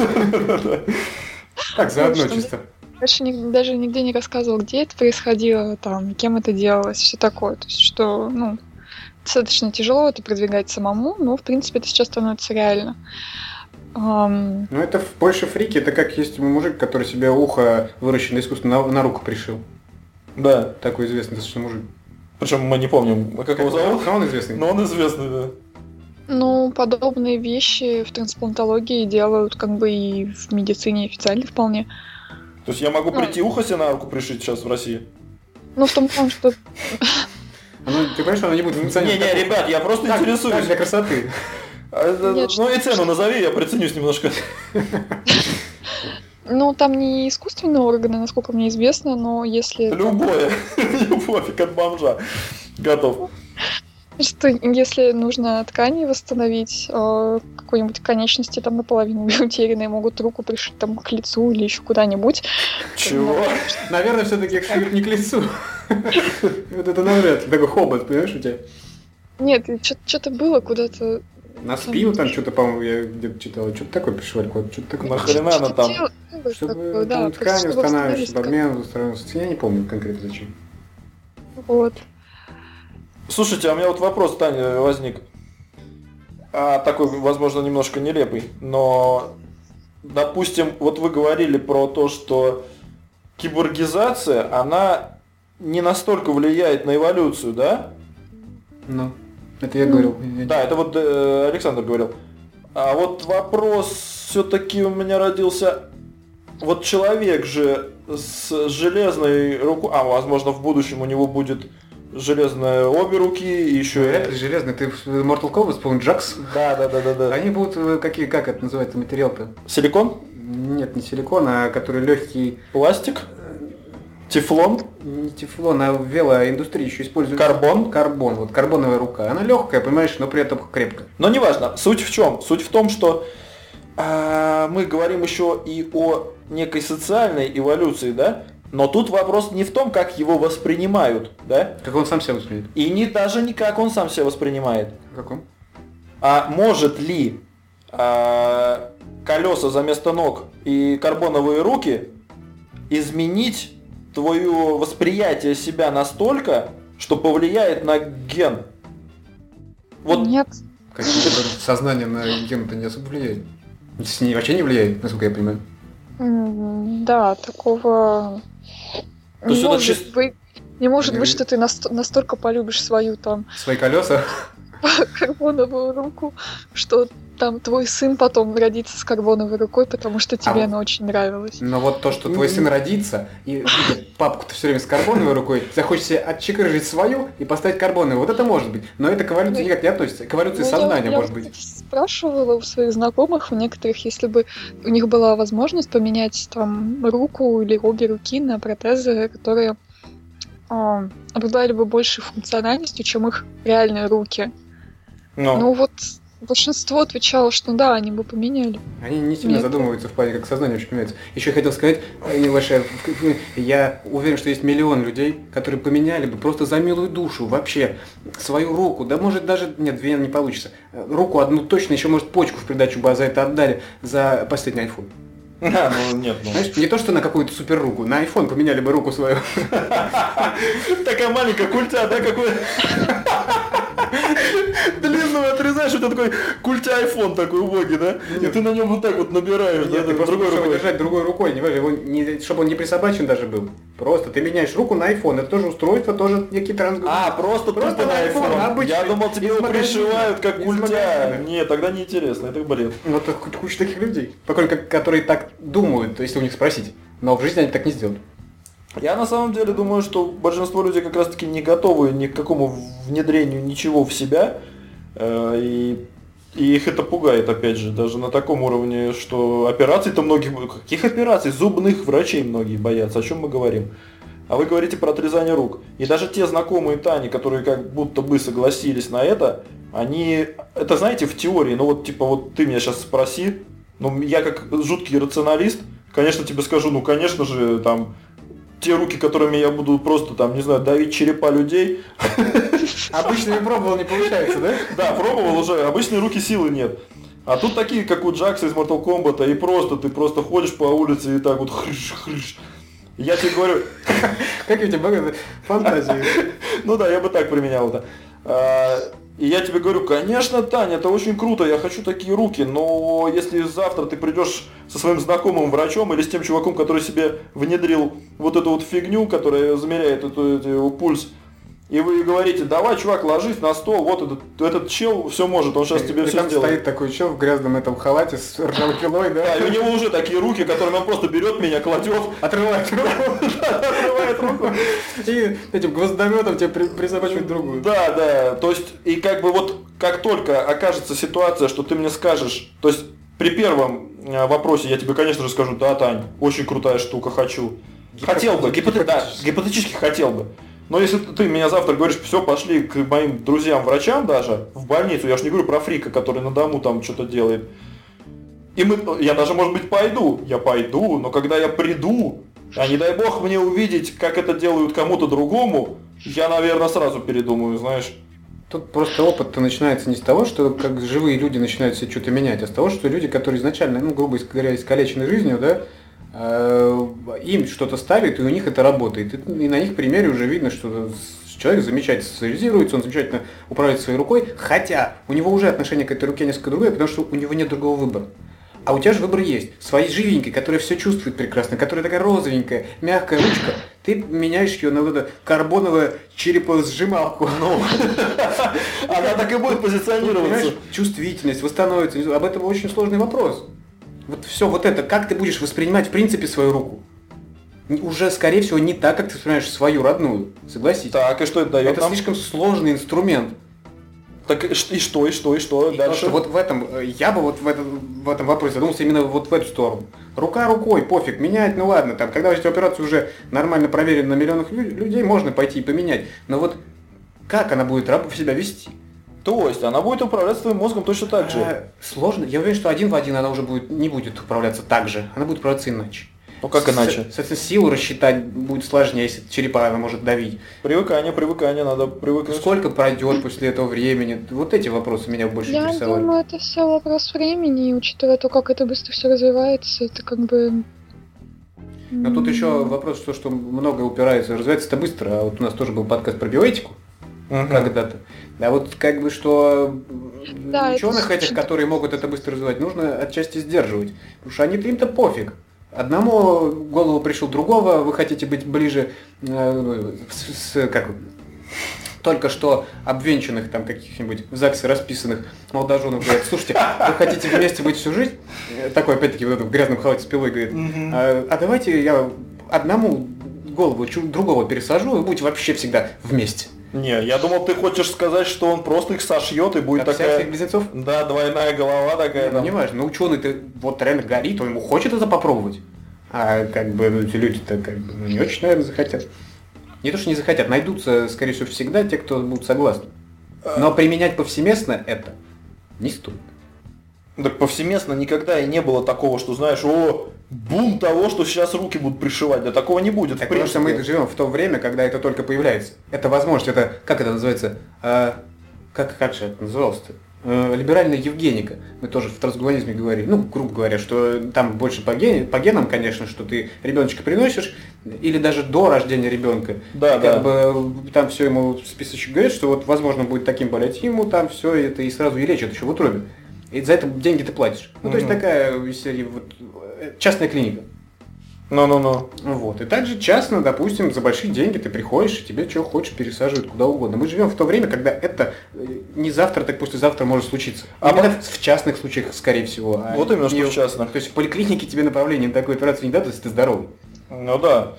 Так, заодно чисто. Дальше даже нигде не рассказывал, где это происходило, там, кем это делалось, все такое. То есть, что, ну, достаточно тяжело это продвигать самому, но, в принципе, это сейчас становится реально. Um... Ну, это больше фрики, это как есть мужик, который себе ухо выращенное искусственно на, на руку пришил. Да. Такой известный достаточно мужик. Причем мы не помним, как, как его зовут. Но он известный. Но он известный, да. Ну, подобные вещи в трансплантологии делают как бы и в медицине официально вполне. То есть я могу прийти ну, ухо себе на руку пришить сейчас в России? Ну, в том плане, что... Ну, Ты понимаешь, что она не будет функционировать? Не-не, ребят, я просто Так, интересуюсь. так, для красоты. А, Нет, ну и что- цену назови, я приценюсь немножко. Ну, там не искусственные органы, насколько мне известно, но если... там- Любое. Мне пофиг от бомжа. Готов. Что если нужно ткани восстановить, э, какой-нибудь конечности там наполовину утерянные, могут руку пришить там к лицу или еще куда-нибудь. Чего? Наверное, все-таки не к лицу. Вот это навряд ли. Такой хобот, понимаешь, у тебя? Нет, что-то было куда-то... На спину там что-то, по-моему, я где-то читал. Что-то такое пришивали, что-то такое. Нахрена она там? Дело- дело Чтобы такое, да, там просто ткань чтобы восстанавливаешь, восстановить обмен устраивался. Я не помню конкретно зачем. как- Вот. Слушайте, а у меня вот вопрос, Таня, возник. А, такой, возможно, немножко нелепый. Но, допустим, вот вы говорили про то, что киборгизация, она не настолько влияет на эволюцию, да? Ну, это я говорил. Да, это вот э, Александр говорил. А вот вопрос все-таки у меня родился. Вот человек же с железной рукой, а возможно в будущем у него будет железная обе руки и еще. Это железный. Ты в Mortal Kombat вспомнил Джакс? Да, да, да, да, да. Они будут э, какие, как это называется материал-то? Силикон, Нет, не силикон, а который легкий. пластик, тефлон, Не тефлон, а в велоиндустрии еще используют. карбон. Карбон, вот карбоновая рука. Она легкая, понимаешь, но при этом крепкая. Но неважно. Суть в чем? Суть в том, что а, мы говорим еще и о некой социальной эволюции, да? Но тут вопрос не в том, как его воспринимают, да? Как он сам себя воспринимает? И не даже не как он сам себя воспринимает. Как он? А может ли а, колеса за место ног и карбоновые руки изменить твое восприятие себя настолько, что повлияет на ген? Вот Нет. Какие-то сознание на ген-то не особо влияет. С ней вообще не влияет, насколько я понимаю. М, Да, такого То не есть это может чис- быть. Не может Не быть, ви- что ты наст- настолько полюбишь свою там Свои колеса. карбоновую руку, что там твой сын потом родится с карбоновой рукой, потому что тебе вот- она очень нравилась. Но вот то, что твой сын родится, и видит папку-то все время с карбоновой рукой, захочешь себе отчекрыжить свою и поставить карбоновую. Вот это может быть. Но это к эволюции Ну, никак не относится. К эволюции Ну, я- сознания я может вот быть. спрашивала у своих знакомых, у некоторых, если бы у них была возможность поменять там руку или обе руки на протезы, которые а, обладали бы большей функциональностью, чем их реальные руки. ну, Ну вот большинство отвечало, что да, они бы поменяли. Они не сильно Нет. задумываются в плане, как сознание вообще меняется. Еще я хотел сказать, э, небольшая, я уверен, что есть миллион людей, которые поменяли бы просто за милую душу вообще свою руку, да может даже, нет, две не получится, Э, руку одну точно, еще может почку в придачу бы за это отдали, за последний iPhone. а, ну нет, ну. Знаешь, не то, что на какую-то супер руку, на iPhone поменяли бы руку свою. Такая маленькая культя, да, какой? Длинную отрезаешь, у тебя такой культя айфон такой убогий, да? И ты на нем вот так вот набираешь, да, Нет, ты так, просто другой можешь его рукой. держать другой рукой, не важно, его не- чтобы он не присобачен даже был. Просто ты меняешь руку на iPhone, это тоже устройство, тоже некий транс. А, просто Просто тупо на на айфон. iPhone, обычный, Я думал, тебе из его магазина. пришивают как Из культя. магазина. Нет, тогда неинтересно, это бред. Вот хоть куча таких людей, покойно, как- которые так думают, если у них спросить. Но в жизни они так не сделают. Я на самом деле думаю, что большинство людей как раз таки не готовы ни к какому внедрению ничего в себя. э, И, и их это пугает, опять же, даже на таком уровне, что операций-то многих... Каких операций? Зубных врачей многие боятся. О чем мы говорим? А вы говорите про отрезание рук. И даже те знакомые Тани, которые как будто бы согласились на это, они... Это знаете, в теории, ну вот типа вот ты меня сейчас спроси, ну я как жуткий рационалист, конечно тебе скажу, ну конечно же там те руки, которыми я буду просто там, не знаю, давить черепа людей. Обычно я пробовал, не получается, да? Да, пробовал уже, обычные руки силы нет. А тут такие, как у Джакса из Mortal Kombat, и просто ты просто ходишь по улице и так вот хрыш-хрыш. Я тебе говорю, Как у тебя богатая фантазия. ну да, я бы так применял это. А, И я тебе говорю, конечно, Таня, это очень круто, я хочу такие руки, но если завтра ты придешь со своим знакомым врачом или с тем чуваком, который себе внедрил вот эту вот фигню, которая замеряет эту, эту пульс, и вы говорите, давай, чувак, ложись на стол, вот этот, этот чел все может, он сейчас тебе и все там сделает. стоит такой чел в грязном этом халате с ржавой пилой, да? Да, и у него уже такие руки, которыми он просто берет меня, кладет, Отрывает руку. отрывает руку. И этим гвоздометом тебе при- присобачивать другую. Да, да, то есть, и как бы вот, как только окажется ситуация, что ты мне скажешь, то есть, при первом э, вопросе я тебе, конечно же, скажу, да, Тань, очень крутая штука, хочу. Хотел бы, гипоте- да, гипотетически хотел бы. Но если ты меня завтра говоришь, все, пошли к моим друзьям-врачам даже, в больницу, я же не говорю про фрика, который на дому там что-то делает. И мы, я даже, может быть, пойду, я пойду, но когда я приду, а не дай бог мне увидеть, как это делают кому-то другому, я, наверное, сразу передумаю, знаешь. Тут просто опыт-то начинается не с того, что как живые люди начинают себе что-то менять, а с того, что люди, которые изначально, ну, грубо говоря, искалечены жизнью, да, э, им что-то ставят, и у них это работает. И на их примере уже видно, что человек замечательно социализируется, он замечательно управляет своей рукой, хотя у него уже отношение к этой руке несколько другое, потому что у него нет другого выбора. А у тебя же выбор есть. Своей живенькой, которая все чувствует прекрасно, которая такая розовенькая, мягкая ручка, ты меняешь ее на вот эту карбоновую черепосжималку. Ну, она так и будет позиционироваться. Понимаешь, чувствительность восстановится. Об этом очень сложный вопрос. Вот все вот это, как ты будешь воспринимать в принципе свою руку? Уже, скорее всего, не так, как ты воспринимаешь свою родную. Согласись? Так, и что это дает Это нам? слишком сложный инструмент. Так и что, и что, и что, и что И дальше? просто вот в этом, я бы вот в этом, в этом вопросе задумался именно вот в эту сторону. Рука рукой, пофиг, менять, ну ладно, там, когда эти операции уже нормально проверены на миллионах лю- людей, можно пойти и поменять. Но вот как она будет раб- себя вести? То есть она будет управляться твоим мозгом точно так же. А, сложно. Я уверен, что один в один она уже будет, не будет управляться так же. Она будет управляться иначе. Ну как С- иначе? Соответственно, силу рассчитать будет сложнее, если черепа она может давить. Привыкание, привыкание, надо привыкнуть. Сколько пройдет после этого времени? Вот эти вопросы меня больше Я интересовали. думаю, это все вопрос времени, и учитывая то, как это быстро все развивается, это как бы... Но тут еще вопрос, что, что много упирается, развивается это быстро, а вот у нас тоже был подкаст про биоэтику Мгм. когда-то. Да вот как бы что Да, ученых это этих, очень- которые могут это быстро развивать, нужно отчасти сдерживать. Потому что они им-то пофиг. Одному в голову пришел другого, вы хотите быть ближе э, с, с- как только что обвенчанных там каких-нибудь в ЗАГСе расписанных молодоженов говорят, слушайте, вы хотите вместе быть всю жизнь? Э, Такой опять-таки вот этот в грязном халате с пилой говорит, Мгм. а, а давайте я одному голову чу- другого пересажу, и будете вообще всегда вместе. Не, я думал, ты хочешь сказать, что он просто их сошьет и будет Как всех такая... этих близнецов? Да, двойная голова такая. Ну, там. не важно, но ученый-то вот реально горит, он ему хочет это попробовать. А как бы ну, эти люди-то как бы ну, не очень, наверное, захотят. Не то, что не захотят, найдутся, скорее всего, всегда те, кто будут согласны. Но применять повсеместно это не стоит. Так повсеместно никогда и не было такого, что знаешь, о, бум того, что сейчас руки будут пришивать. Да такого не будет. Так, в потому что принципе. мы живем в то время, когда это только появляется. Это возможность, это, как это называется, А, как, как же это называлось-то? Э, Либеральная евгеника. Мы тоже в трансгуманизме говорили, ну, грубо говоря, что там больше по, ген, по генам, конечно, что ты ребеночка приносишь, или даже до рождения ребенка. Да, И да. как бы там все ему списочек говорит, что вот возможно будет таким болеть ему, там все это и сразу и лечат еще в утробе. И за это деньги ты платишь. Ну, то есть Мгм. такая из серии вот, э, частная клиника. Ну-ну-ну. Вот. И также частно, допустим, за большие деньги ты приходишь, и тебе что хочешь пересаживают куда угодно. Мы живем в то время, когда это э, не завтра, так послезавтра может случиться. А Именно вот- в частных случаях, скорее всего. а Вот именно, что не- в частных. То есть в поликлинике тебе направление на такую операцию не дадут, если ты здоровый. Ну да.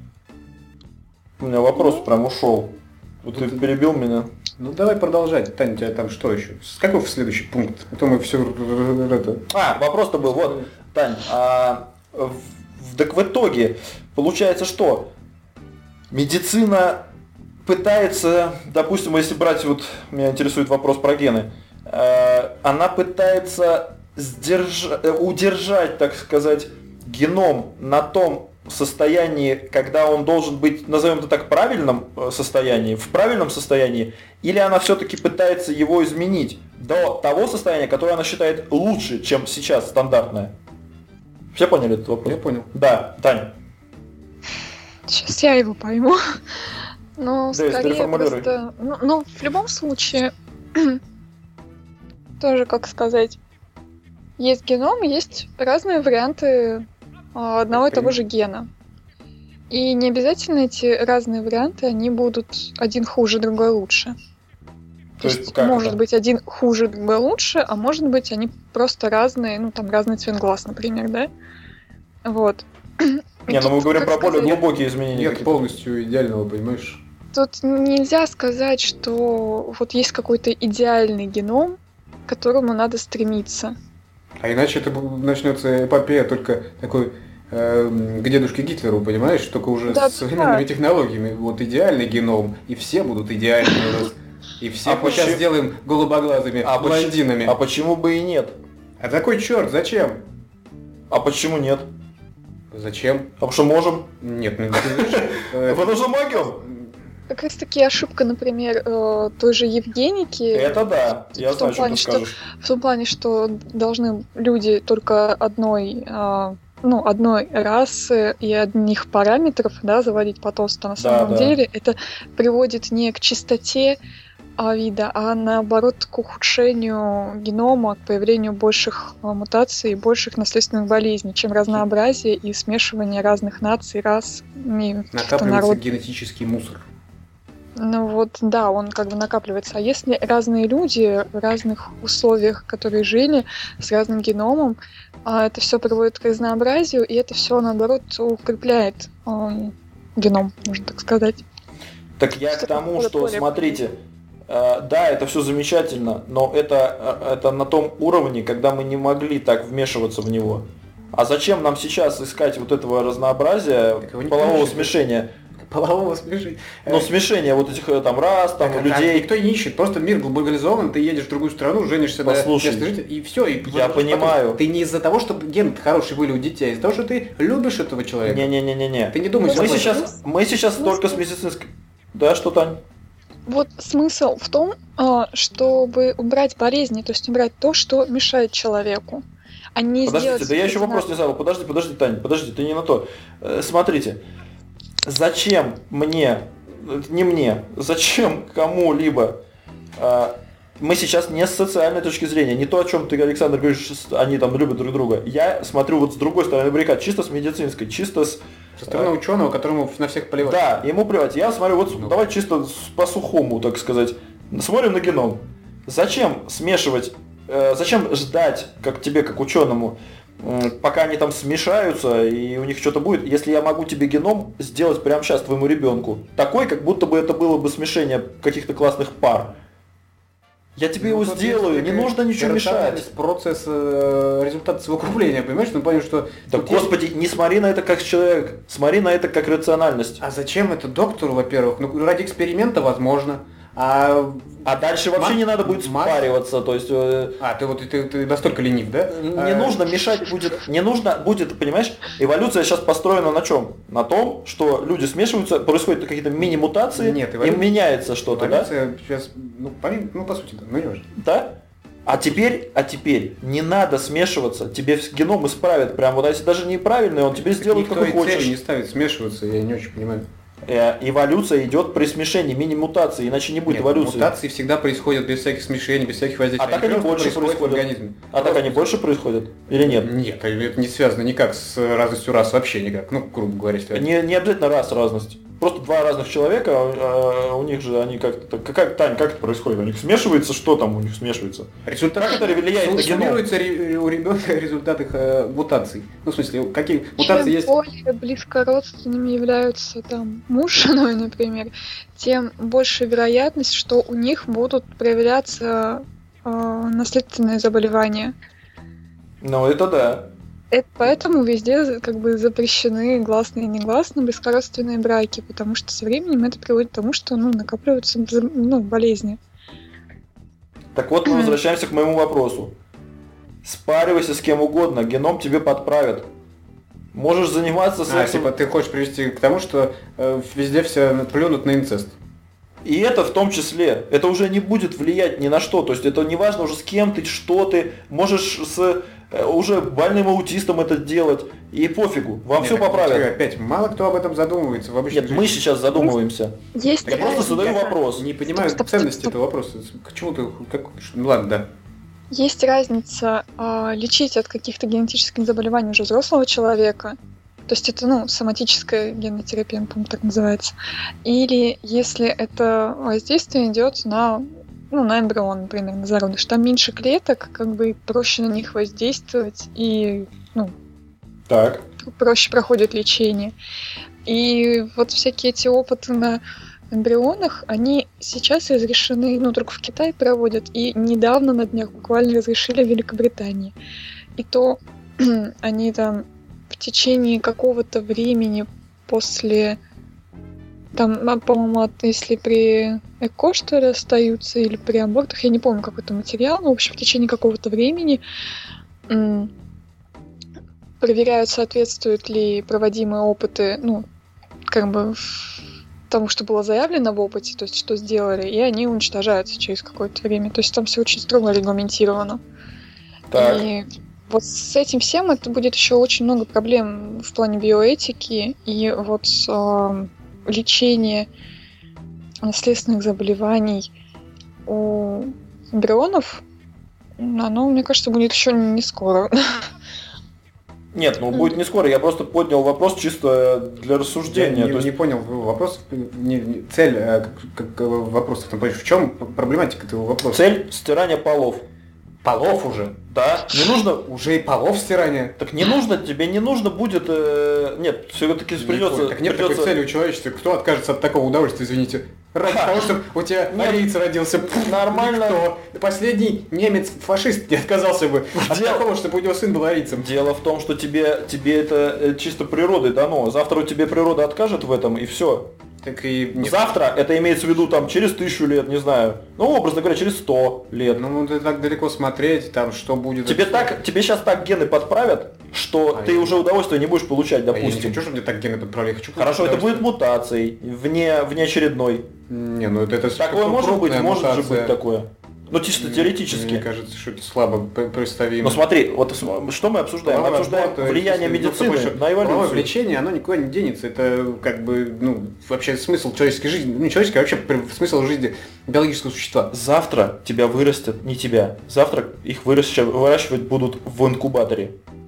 У меня вопрос прям ушел. Вот ты перебил меня. Ну давай продолжать. Таня, у тебя там что еще? С какой следующий пункт? А то мы все это... А, вопрос-то был, вот, Тань, а в, в- так в итоге получается что? Медицина пытается, допустим, если брать, вот меня интересует вопрос про гены, э, она пытается сдержа- э, удержать, так сказать, геном на том состоянии, когда он должен быть, назовем это так, правильном э, состоянии, в правильном состоянии, или она все-таки пытается его изменить до того состояния, которое она считает лучше, чем сейчас стандартное. Все поняли этот вопрос? Я понял. Да, Таня. Сейчас я его пойму. Но Да, если скорее переформулируй. просто... Ну, ну, в любом случае, тоже, как сказать, есть геном, есть разные варианты а, одного и того же гена. И не обязательно эти разные варианты, они будут один хуже, другой лучше. То, То есть, есть может это? быть один хуже, другой лучше, а может быть они просто разные, ну там разный цвет глаз, например, да? Вот. Не, ну мы говорим про более глубокие изменения. Нет полностью идеального, понимаешь? Тут нельзя сказать, что вот есть какой-то идеальный геном, к которому надо стремиться. А иначе это начнется эпопея только такой э, к дедушке Гитлеру, понимаешь? Только уже да, с современными да. технологиями. Вот идеальный геном, и все будут идеальными у нас. И всех а мы сейчас сделаем голубоглазыми а блондинами. А почему бы и нет? А такой черт, зачем? А почему нет? Зачем? А потому что можем? Нет, ну потому что могем. Как раз таки ошибка, например, той же Евгеники. Это да, я знаю, что ты скажешь. В том плане, что должны люди только одной, ну, одной расы и одних параметров, да, заводить потомство. На самом да, деле да. это приводит не к чистоте вида, а наоборот к ухудшению генома, к появлению больших мутаций и больших наследственных болезней, чем разнообразие и смешивание разных наций, рас. Накапливается народ... генетический мусор. Ну вот, да, он как бы накапливается. А если разные люди в разных условиях, которые жили, с разным геномом, это все приводит к разнообразию, и это все, наоборот, укрепляет э, геном, можно так сказать. Так я к тому, что, смотрите, э, да, это все замечательно, но это, это на том уровне, когда мы не могли так вмешиваться в него. А зачем нам сейчас искать вот этого разнообразия, полового смешения? Полового смешения. Ну, смешение вот этих там рас, там так, людей. Никто не ищет, просто мир глобализован, ты едешь в другую страну, женишься на место жительства, и все. И я понимаю. Потом, ты не из-за того, чтобы гены хорошие были у детей, а из-за того, что ты любишь этого человека. Не-не-не-не. Ты не думаешь, мы сейчас, мы сейчас только с медицинской... Да, что, Тань? Вот смысл в том, чтобы убрать болезни, то есть убрать то, что мешает человеку. А не Подождите, сделать... да я еще вопрос не задал. Подожди, подожди, Таня, подожди, ты не на то. Смотрите. Зачем мне, не мне, зачем кому-либо, э, мы сейчас не с социальной точки зрения, не то, о чем ты, Александр, говоришь, они там любят друг друга. Я смотрю вот с другой стороны баррикад, чисто с медицинской, чисто с... Со стороны э, ученого, которому на всех плевать. Да, ему плевать. Я смотрю, вот ну. давай чисто по-сухому, так сказать, смотрим на геном. Зачем смешивать, э, зачем ждать, как тебе, как ученому, пока они там смешаются и у них что-то будет, если я могу тебе геном сделать прямо сейчас твоему ребенку, такой, как будто бы это было бы смешение каких-то классных пар. Я тебе ну, его сделаю, не нужно ничего мешать. Процесс, э, результат совокупления, понимаешь? Ну, понимаешь, что... Да, господи, есть... не смотри на это как человек, смотри на это как рациональность. А зачем это доктору, во-первых? Ну, ради эксперимента, возможно. А, а дальше вообще Ма... не надо будет спариваться, то есть... Э... А, ты вот ты, ты настолько ленив, да? Не а... нужно мешать будет, не нужно будет, понимаешь, эволюция сейчас построена на чем? На том, что люди смешиваются, происходят какие-то мини-мутации, Нет, эволю... им меняется что-то, эволюция да? Сейчас, ну, по, ну, по сути, да, ну не важно. Да? А теперь, а теперь не надо смешиваться, тебе геном исправят прям, вот если даже неправильный, он тебе сделает как хочешь. Никто и цели не ставит смешиваться, я не очень понимаю. Эволюция идет при смешении, мини-мутации, иначе не будет Нет, эволюции. Мутации всегда происходят без всяких смешений, без всяких воздействий. А так они, они больше происходят в организме. А Просто... так они больше происходят? Или нет? Нет, это не связано никак с разностью рас, вообще никак, ну, грубо говоря. Не, не обязательно рас разность. Просто два разных человека, а у них же они как-то... Как, Тань, как это происходит? У них смешивается, что там у них смешивается? Результат, как это влияет на геном? Суммируются у ребенка результат их э, мутаций. Ну, в смысле, какие мутации Чем есть? Чем более близкородственными являются там муж с женой, например, тем больше вероятность, что у них будут проявляться э, наследственные заболевания. Ну, это да. Это поэтому везде как бы запрещены гласные и негласные близкородственные браки, потому что со временем это приводит к тому, что ну, накапливаются ну, болезни. Так вот, мы возвращаемся к моему вопросу. Спаривайся с кем угодно, геном тебе подправят. Можешь заниматься сексом... А, типа ты хочешь привести к тому, что э, везде все плюнут на инцест. И это в том числе. Это уже не будет влиять ни на что. То есть это не важно уже с кем ты, что ты. Можешь с э, уже больным аутистом это делать. И пофигу. Вам Нет, все поправят. Опять, мало кто об этом задумывается в обычной Нет, жизни. Мы сейчас задумываемся. Есть Я просто задаю вопрос. Не понимаю стоп, стоп, ценности стоп, стоп. этого вопроса. К чему ты... Как... Ну ладно, да. Есть разница э, лечить от каких-то генетических заболеваний уже взрослого человека То есть это, ну, соматическая генотерапия, по-моему, так называется. Или если это воздействие идет на, ну, на эмбрион, например, на зародыш. Там меньше клеток, как бы проще на них воздействовать и, ну, Так. проще проходит лечение. И вот всякие эти опыты на эмбрионах, они сейчас разрешены, ну, только в Китае проводят, и недавно на днях буквально разрешили в Великобритании. И то они там в течение какого-то времени после, там, по-моему, от- если при ЭКО, что ли, остаются, или при абортах, я не помню, какой то материал, но, в общем, в течение какого-то времени м, проверяют, соответствуют ли проводимые опыты, ну, как бы в- тому, что было заявлено в опыте, то есть что сделали, и они уничтожаются через какое-то время. То есть там все очень строго регламентировано. Так. И вот с этим всем это будет еще очень много проблем в плане биоэтики и вот а, лечение наследственных заболеваний у эмбрионов, оно, мне кажется, будет еще не скоро. Нет, ну будет не скоро, я просто поднял вопрос чисто для Я рассуждения. не, То есть не понял вопрос, не, не- цель э, как, как, вопроса. Там, понимаешь, в чем проблематика этого вопроса? цель стирания полов. Полов уже. Да, не нужно. Уже и полов стирания. Так не нужно, тебе не нужно будет. э, Нет, все-таки придется. Так нет придется- такой цели у человечества. Кто откажется от такого удовольствия, извините? Ради Ха. того, чтобы у тебя Нет. арийца родился. Пф, Нормально. Никто. Последний немец-фашист не отказался бы от Дело- того, чтобы у него сын был арийцем. Дело в том, что тебе, тебе это э, чисто природой дано. Завтра у тебя природа откажет в этом, и все. Так и нет. Завтра, это имеется в виду там через тысячу лет, не знаю. Ну, образно говоря, через сто лет. Ну, ты так далеко смотреть, там, что будет. Тебе это так, тебе сейчас так гены подправят, что А ты я- уже удовольствие не будешь получать, всё. А я не допустим. хочу, чтобы мне так гены подправили. Я хочу Хорошо, это будет удовольствие. мутацией, вне, внеочередной. Не, ну это, это Такое слишком может быть, крупная может же мутация. быть такое. Ну, чисто Мне- теоретически. Мне кажется, что это слабо п- представимо. Но смотри, вот с- что мы обсуждаем? Мы Половой обсуждаем отбор, то влияние есть, ну, медицины такое, что на половое эволюцию. влечение, оно никуда не денется. Это как бы, ну, вообще смысл человеческой жизни. Ну, не человеческой, а вообще при- смысл жизни биологического существа. Завтра тебя вырастет, не тебя. Завтра их выращивать, выращивать будут в инкубаторе.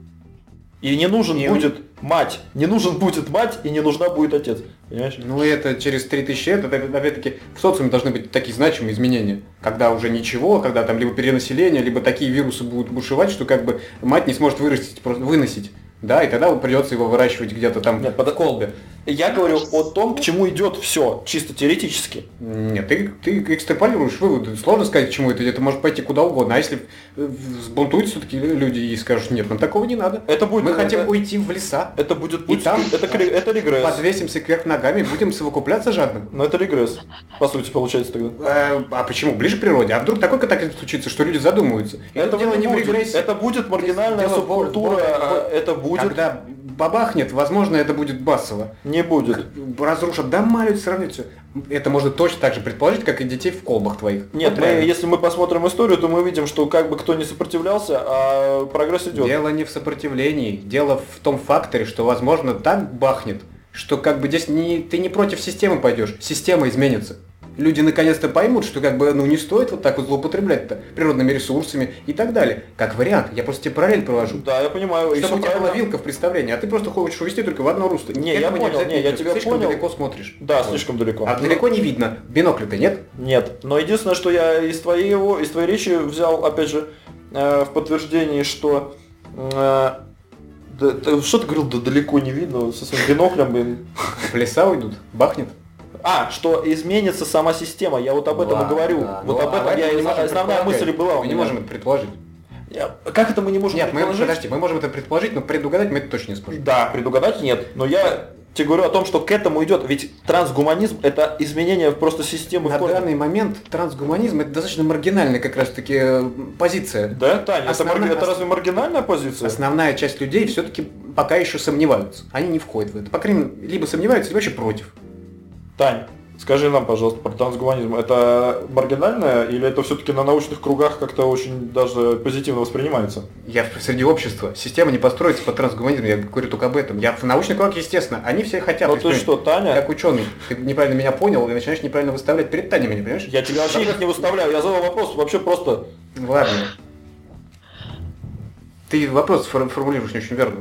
И не нужен И- будет мать. Не нужен будет мать, и не нужна будет отец. Понимаешь? Ну, и это через три тысячи лет, это опять-таки в социуме должны быть такие значимые изменения. Когда уже ничего, когда там либо перенаселение, либо такие вирусы будут бушевать, что как бы мать не сможет вырастить, просто выносить. Да, и тогда вот придется его выращивать где-то там Нет, в под- колбе. Я говорю о том, к чему идет все, чисто теоретически. Нет, ты, ты экстраполируешь выводы. Сложно сказать, к чему это. Это может пойти куда угодно. А если э, взбунтуются все-таки люди и скажут, нет, нам такого не надо. Это будет. Мы это- хотим уйти в леса, Это будет И путь. там это, кре- это регресс. подвесимся кверх ногами, будем совокупляться жадно. Но это регресс. По сути, получается тогда. Э, А почему? Ближе к природе. А вдруг такой катаклизм случится, что люди задумаются? И это Этого дело не в будет. регрессе. Это будет маргинальная Дело в- субкультура. в- а Это будет. Когда бабахнет, возможно, это будет массово. Не будет. Разрушат дома, люди сравнят все. Это можно точно так же предположить, как и детей в колбах твоих. Нет, Вот мы, реально. если мы посмотрим историю, то мы видим, что как бы кто не сопротивлялся, а прогресс идет. Дело не в сопротивлении, дело в том факторе, что, возможно, так бахнет, что как бы здесь не, ты не против системы пойдешь, система изменится. Люди наконец-то поймут, что как бы ну не стоит вот так вот злоупотреблять-то природными ресурсами и так далее. Как вариант, я просто тебе параллель провожу. Да, я понимаю. и Чтобы всё у тебя была правильно. вилка в представлении, а ты просто хочешь увести только в одно русло. Не, я Этого понял, обязательно не, я делать. тебя слишком понял. далеко смотришь. Да, Вот. слишком далеко. А далеко не видно. Бинокля-то нет? Нет. Но единственное, что я из твоего, из твоей речи взял, опять же, э, в подтверждении, что э, да, ты- что ты говорил, да далеко не видно, со своим биноклем, блин. В леса уйдут, бахнет. А, что изменится сама система, я вот об этом и Ладно, говорю. да. Вот Ну, об а этом я, мы не и- можем основная предполагать. мысль и была у Мы не меня. можем это предположить. Я- Как это мы не можем Нет, мы, предположить? подожди, мы можем это предположить, но предугадать мы это точно не сможем. Да, предугадать нет, но я тебе говорю о том, что к этому идет, ведь трансгуманизм это изменение просто системы На в корне. данный момент трансгуманизм это достаточно маргинальная как раз таки э, позиция. Да, Таня, Основная- это, марги- это разве маргинальная позиция? Основная часть людей все-таки пока еще сомневаются. Они не входят в это. По крайней мере, либо сомневаются, либо вообще против. Тань, скажи нам, пожалуйста, про трансгуманизм. Это маргинальное или это все-таки на научных кругах как-то очень даже позитивно воспринимается? Я в- среди общества. Система не построится по трансгуманизму, я говорю только об этом. Я в научных кругах, естественно, они все хотят. Ну ты эксперимент. что, Таня? Как ученый, ты неправильно меня понял и начинаешь неправильно выставлять перед Таней меня, понимаешь? Я тебя вообще никак не выставляю, я задал вопрос вообще просто... Ладно. Ты вопрос фор- формулируешь не очень верно.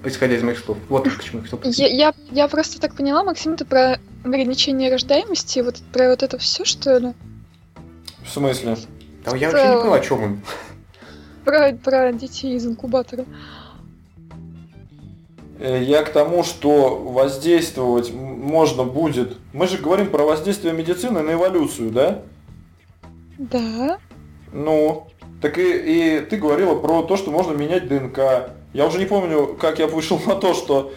исходя из моих слов. Вот к чему я хотел Я, я, я просто так поняла, Максим, ты про ограничение рождаемости, вот про вот это все, что ли? В смысле? Да я вообще не понял, о чем он. Про, про детей из инкубатора. Я к тому, что воздействовать можно будет... Мы же говорим про воздействие медицины на эволюцию, да? Да. Ну, так и, и ты говорила про то, что можно менять ДНК. Я уже не помню, как я вышел на то, что...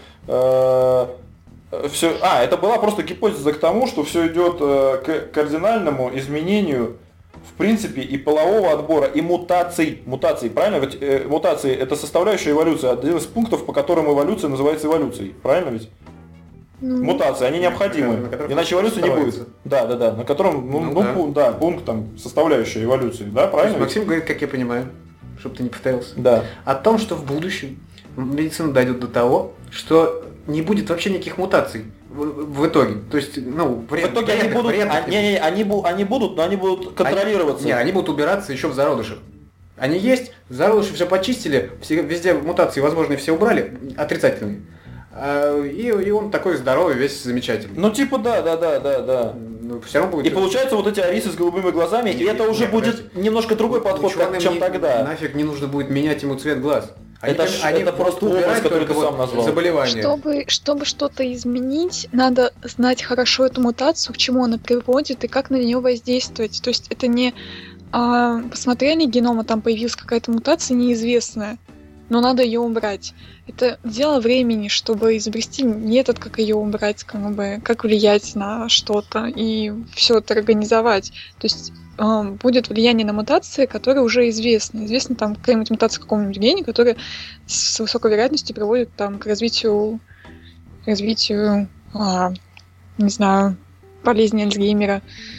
Э, все... А, это была просто гипотеза к тому, что все идет э, к кардинальному изменению, в принципе, и полового отбора, и мутаций. Мутаций, правильно? Ведь э, мутации – это составляющая эволюции, один из пунктов, по которым эволюция называется эволюцией. Правильно ведь? Ну, Мутации, они необходимы, на которых иначе эволюции не будет. Да, да, да, на котором, ну, Ну, ну, да. пу- да, пункт там, составляющая эволюции, да, правильно? ведь? Максим говорит, как я понимаю, чтобы ты не повторился. Да. О том, что в будущем медицина дойдет до того, что не будет вообще никаких мутаций в, в итоге. То есть, ну, вред, В итоге они вредных- будут, вредных а, не, не, они, бу- они будут, но они будут контролироваться. Они, не, они будут убираться еще в зародышах. Они есть, зародыши все почистили, все, везде мутации возможные все убрали, отрицательные. А, и, и он такой здоровый, весь замечательный. Ну типа да, да, да, да, да. Ну, все равно будет... И получается вот эти арисы с голубыми глазами, и это уже Нет, будет подожди. немножко другой подход, Ничего как, нам чем не- тогда. Нафиг не нужно будет менять ему цвет глаз. Это ж- это будут просто образ, убирать который только ты сам вот назвал. заболевания. Чтобы, чтобы что-то изменить, надо знать хорошо эту мутацию, к чему она приводит и как на нее воздействовать. То есть это не а, посмотрели генома, там появилась какая-то мутация неизвестная, но надо ее убрать. Это дело времени, чтобы изобрести метод, как ее убрать, как бы, как влиять на что-то и все это организовать. То есть э, будет влияние на мутации, которые уже известны. Известна там какая-нибудь мутация в каком-нибудь гене, которая с высокой вероятностью приводит там, к развитию, к развитию а, не знаю, болезни Альцгеймера.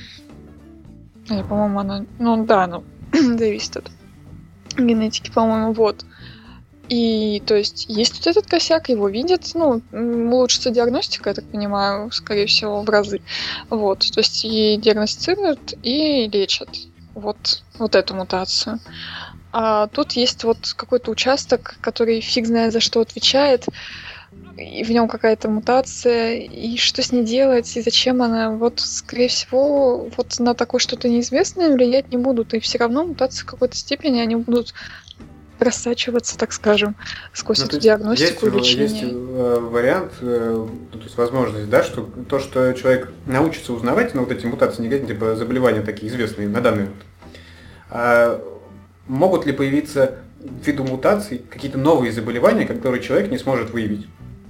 Или, по-моему, она... Ну да, ну, зависит от генетики, по-моему, вот. И, то есть, есть вот этот косяк, его видят, ну, м, улучшится диагностика, я так понимаю, скорее всего, в разы. Вот, то есть, и диагностируют, и лечат вот, вот эту мутацию. А тут есть вот какой-то участок, который фиг знает за что отвечает, и в нем какая-то мутация, и что с ней делать, и зачем она, вот, скорее всего, вот на такое что-то неизвестное влиять не будут, и все равно мутации в какой-то степени, они будут просачиваться, так скажем, сквозь Ну, эту то есть диагностику и есть, лечение. есть э, вариант, э, ну, то есть возможность, да, что то, что человек научится узнавать, ну, вот эти мутации негативные, типа заболевания такие известные на данный момент, а могут ли появиться ввиду мутаций какие-то новые заболевания, которые человек не сможет выявить?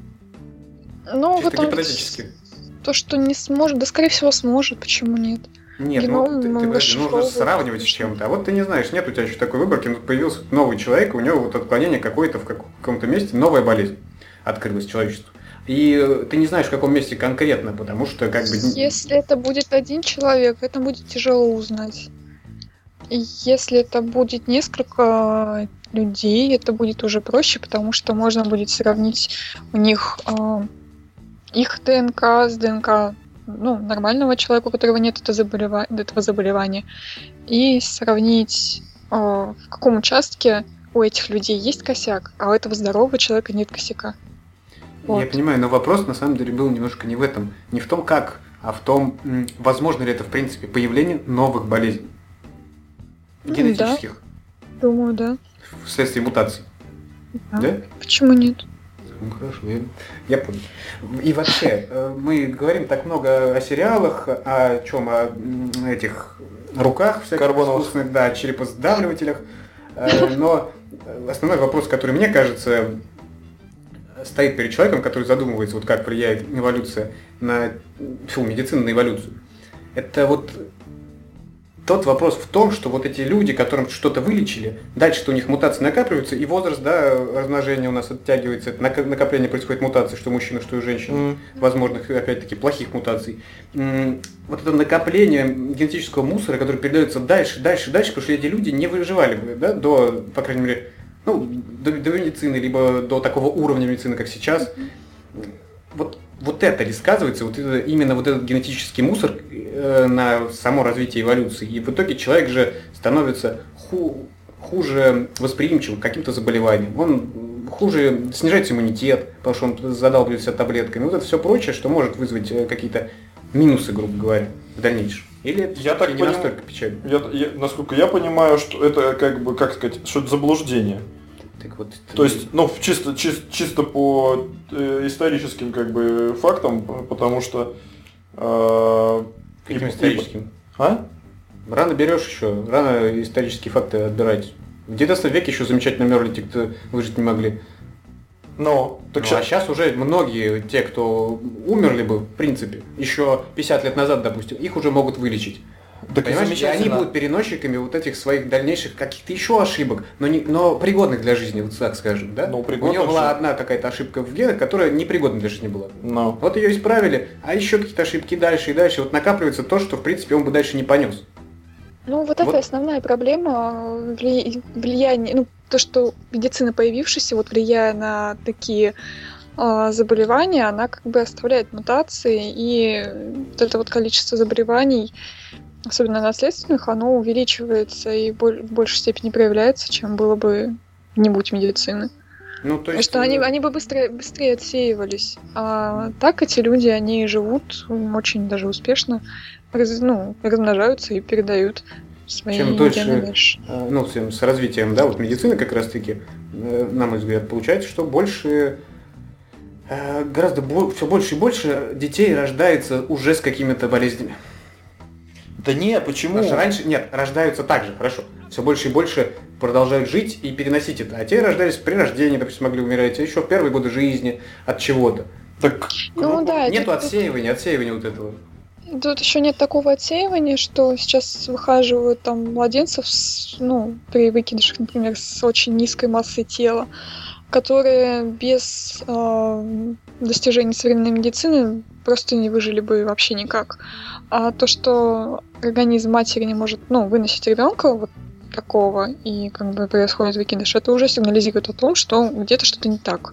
Ну, Чисто вот он- гипотетически. то, что не сможет, да, скорее всего, сможет, почему нет? Нет, Геном ну, ты, ты подожди, нужно расшифровывают. сравнивать с чем-то. А вот ты не знаешь, нет у тебя еще такой выборки, но появился новый человек, у него вот отклонение какое-то в как- каком-то месте, новая болезнь открылась человечеству. И э, ты не знаешь, в каком месте конкретно, потому что как бы... Если это будет один человек, это будет тяжело узнать. И если это будет несколько людей, это будет уже проще, потому что можно будет сравнить у них э, их ДНК с ДНК ну, нормального человека, у которого нет этого, заболева- этого заболевания, и сравнить, э, в каком участке у этих людей есть косяк, а у этого здорового человека нет косяка. Я Вот. понимаю, но вопрос на самом деле был немножко не в этом, не в том как, а в том, м, возможно ли это в принципе появление новых болезней. М, Генетических, Думаю, да. вследствие мутаций. Да. Да? Почему нет? Ну хорошо, я, я понял. И вообще, э, мы говорим так много о сериалах, о чем, о м, этих руках всяких Карбоновых. искусственных, да, черепосдавливателях. Э, Но основной вопрос, который, мне кажется, стоит перед человеком, который задумывается, вот как влияет эволюция на, фу, медицина на эволюцию, это вот тот вопрос в том, что вот эти люди, которым что-то вылечили, дальше-то у них мутации накапливаются, и возраст, да, размножения у нас оттягивается, это нак- накопление происходит мутаций, что у мужчин, что у женщин, Мгм. возможных, опять-таки, плохих мутаций. М, Вот это накопление генетического мусора, который передается дальше, дальше, дальше, потому что эти люди не выживали бы, да, до, по крайней мере, ну, до, до медицины, либо до такого уровня медицины, как сейчас. Вот, вот это ли сказывается, вот это, именно вот этот генетический мусор э, на само развитие эволюции. И в итоге человек же становится ху- хуже восприимчивым к каким-то заболеваниям. Он хуже снижается иммунитет, потому что он задалбливается таблетками. Вот это все прочее, что может вызвать какие-то минусы, грубо говоря, в дальнейшем. Или это я так не поним... настолько печально? Я, я, насколько я понимаю, что это как бы, как сказать, что это заблуждение. Так вот, То есть, ну, чисто, чисто, чисто по э, историческим как бы фактам, потому что... Э, Каким и, историческим? И, а? Рано берешь еще, рано исторические факты отбирать. В девятнадцатом веке еще замечательно мерли те, кто выжить не могли. Но, так ну, сейчас... А сейчас уже многие, те, кто умерли бы, в принципе, еще пятьдесят лет назад, допустим, их уже могут вылечить. Так понимаешь, и они будут переносчиками вот этих своих дальнейших каких-то еще ошибок, но, не, но пригодных для жизни, вот так скажем, да? Ну, У него была одна какая-то ошибка в генах, которая непригодна для жизни была. No. Вот ее исправили, а еще какие-то ошибки дальше и дальше. Вот накапливается то, что, в принципе, он бы дальше не понес. Ну, вот, вот это основная проблема вли... влияния, ну, то, что медицина появившаяся, вот влияя на такие э, заболевания, она как бы оставляет мутации, и вот это вот количество заболеваний, особенно наследственных, оно увеличивается и в большей степени проявляется, чем было бы не будь медицины. Ну, то есть... Потому что они, они бы быстрее, быстрее отсеивались. А так эти люди, они живут очень даже успешно, раз, ну, размножаются и передают свои чем гены дольше, дальше. Ну, с развитием, да, вот медицины как раз-таки, на мой взгляд, получается, что больше, гораздо все больше и больше детей рождается уже с какими-то болезнями. Да не, почему? Потому что раньше, нет, рождаются так же, хорошо. Все больше и больше продолжают жить и переносить это. А те рождались при рождении, допустим, могли умереть, а еще в первые годы жизни от чего-то. Так, ну, ну, да, нету это, отсеивания, отсеивания вот этого. Тут еще нет такого отсеивания, что сейчас выхаживают там младенцев, с, ну, при выкидышах, например, с очень низкой массой тела, которые без э, достижений современной медицины просто не выжили бы вообще никак. А то, что организм матери не может, ну, выносить ребенка вот такого, и как бы происходит выкидыш, это уже сигнализирует о том, что где-то что-то не так.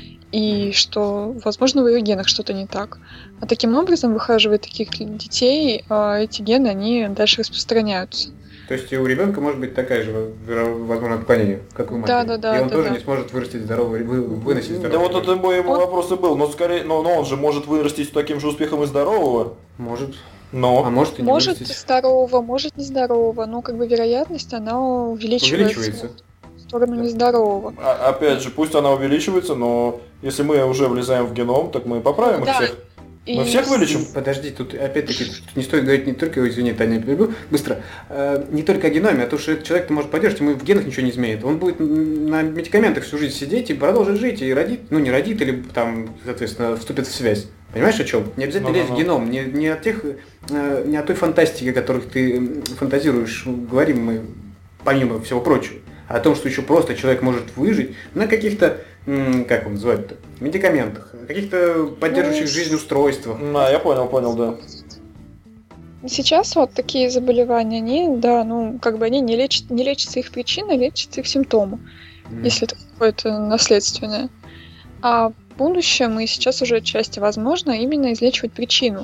И что, возможно, в ее генах что-то не так. А таким образом, выхаживая таких детей, эти гены, они дальше распространяются. То есть и у ребенка может быть такая же, возможно, отклонение, как у матери. Да, да, да. И он да, тоже да. не сможет вырастить здоровый, вы, выносить здоровый. Да вот это мой ему он... вопрос и был. Но скорее, но, но он же может вырастить с таким же успехом и здорового. Может. Но. А может и не Может вырастить. здорового, может нездорового, но как бы вероятность, она увеличивается. Увеличивается. В сторону нездорового. А, опять же, пусть она увеличивается, но если мы уже влезаем в геном, так мы поправим Да. их всех. И... Мы всех вылечим. Подожди, тут опять-таки не стоит говорить не только, извини, Таня, перебью, быстро, э, не только о геноме, а то, что человек-то может поддержать, ему в генах ничего не изменит. Он будет на медикаментах всю жизнь сидеть и продолжит жить, и родит, ну не родит, или там, соответственно, вступит в связь. Понимаешь, о чем? Не обязательно лезть в геном, не, не от тех, э, не о той фантастике, о которых ты фантазируешь, говорим мы, помимо всего прочего, а о том, что еще просто человек может выжить на каких-то, как он называют-то, медикаментах, каких-то поддерживающих Ну, жизнь устройствах. Да, я понял, понял, да. Сейчас вот такие заболевания, они, да, ну, как бы они не лечат, не лечатся их причины, лечатся их симптомы, mm. если это какое-то наследственное. А в будущем и сейчас уже отчасти возможно именно излечивать причину.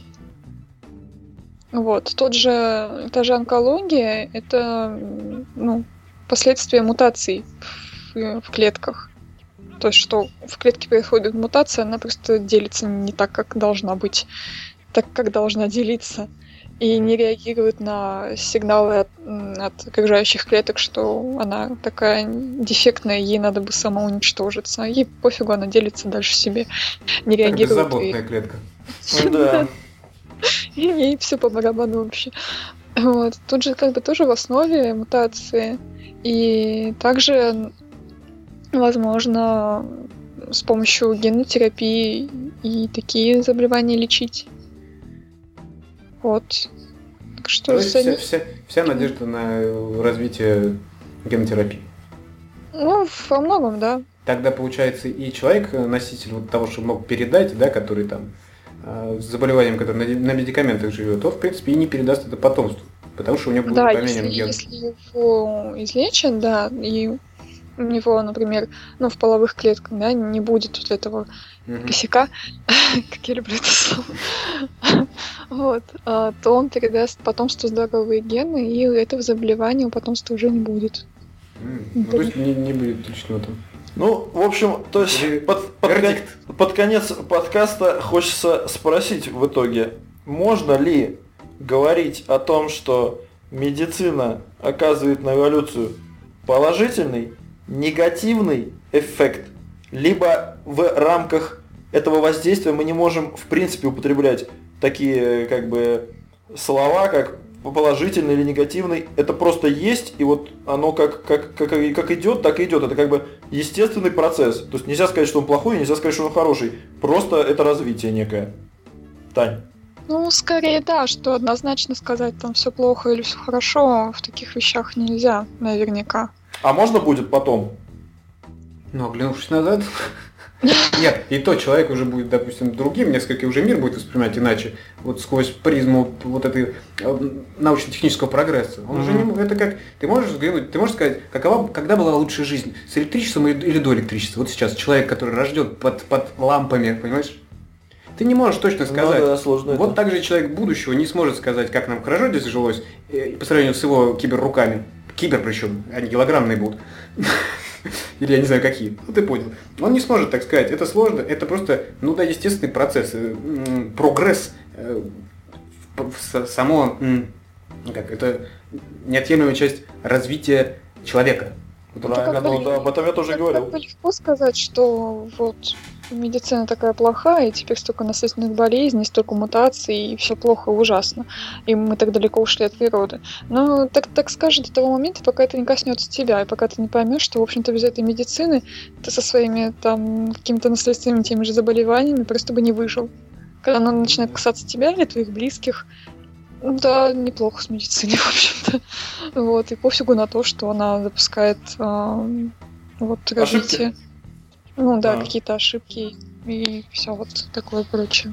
Вот, тот же, та же онкология, это, ну, последствия мутаций в, в клетках. То есть, что в клетке происходит мутация, она просто делится не так, как должна быть, так, как должна делиться. И не реагирует на сигналы от, от окружающих клеток, что она такая дефектная, ей надо бы самоуничтожиться. Ей пофигу, она делится дальше себе. Не реагирует. Беззаботная и... клетка. Да. И ей все по барабану вообще. Вот. Тут же как бы тоже в основе мутации. И также возможно с помощью генотерапии и такие заболевания лечить. Вот. Так что То есть за... вся, вся, вся надежда на развитие генотерапии. Ну, во многом, да. Тогда получается и человек, носитель вот того, что мог передать, да, который там с заболеванием, который на, на медикаментах живет, он в принципе и не передаст это потомству, потому что у него будет да, поменен если, ген. если его излечат, да, и у него, например, ну, в половых клетках, да, не будет вот этого Угу. косяка, как я люблю это слово, вот, а, то он передаст потомству здоровые гены, и этого заболевания у потомства уже не будет. Ну, то есть не, не будет лишнего там. Ну, в общем, то есть под, под, кон- под конец подкаста хочется спросить в итоге, можно ли говорить о том, что медицина оказывает на эволюцию положительный, негативный эффект, либо в рамках этого воздействия мы не можем в принципе употреблять такие как бы слова, как положительный или негативный, это просто есть, и вот оно как, как, как, как идет, так и идет. Это как бы естественный процесс. То есть нельзя сказать, что он плохой, нельзя сказать, что он хороший. Просто это развитие некое. Тань. Ну, скорее да, что однозначно сказать там все плохо или все хорошо в таких вещах нельзя, наверняка. А можно будет потом? Ну, оглянувшись назад. Нет, и то человек уже будет, допустим, другим, несколько уже мир будет воспринимать иначе, вот сквозь призму вот этой научно-технического прогресса. Он mm-hmm. уже не, это как, ты можешь взглянуть, ты можешь сказать, какова, когда была лучшая жизнь, с электричеством или до электричества? Вот сейчас человек, который рожден под, под лампами, понимаешь? Ты не можешь точно сказать. Ну, да, сложно вот это. так же человек будущего не сможет сказать, как нам хорошо здесь жилось, по сравнению с его киберруками. Кибер причем, они килограммные будут. Или я не знаю какие. Ну ты понял. Он не сможет так сказать. Это сложно. Это просто, ну да, естественный процесс. Прогресс. Само, как, это неотъемлемая часть развития человека. Правильно, ну да, об этом я тоже говорил. Как легко сказать, что вот медицина такая плохая, и теперь столько наследственных болезней, столько мутаций, и все плохо и ужасно. И мы так далеко ушли от природы. Но так, так скажет до того момента, пока это не коснется тебя, и пока ты не поймешь, что, в общем-то, без этой медицины ты со своими там какими-то наследственными теми же заболеваниями просто бы не выжил. Когда она начинает касаться тебя или твоих близких, да, неплохо с медициной, в общем-то. Вот, и пофигу на то, что она допускает э, вот развитие. Ошибки? Ну да, а. какие-то ошибки и все вот такое прочее.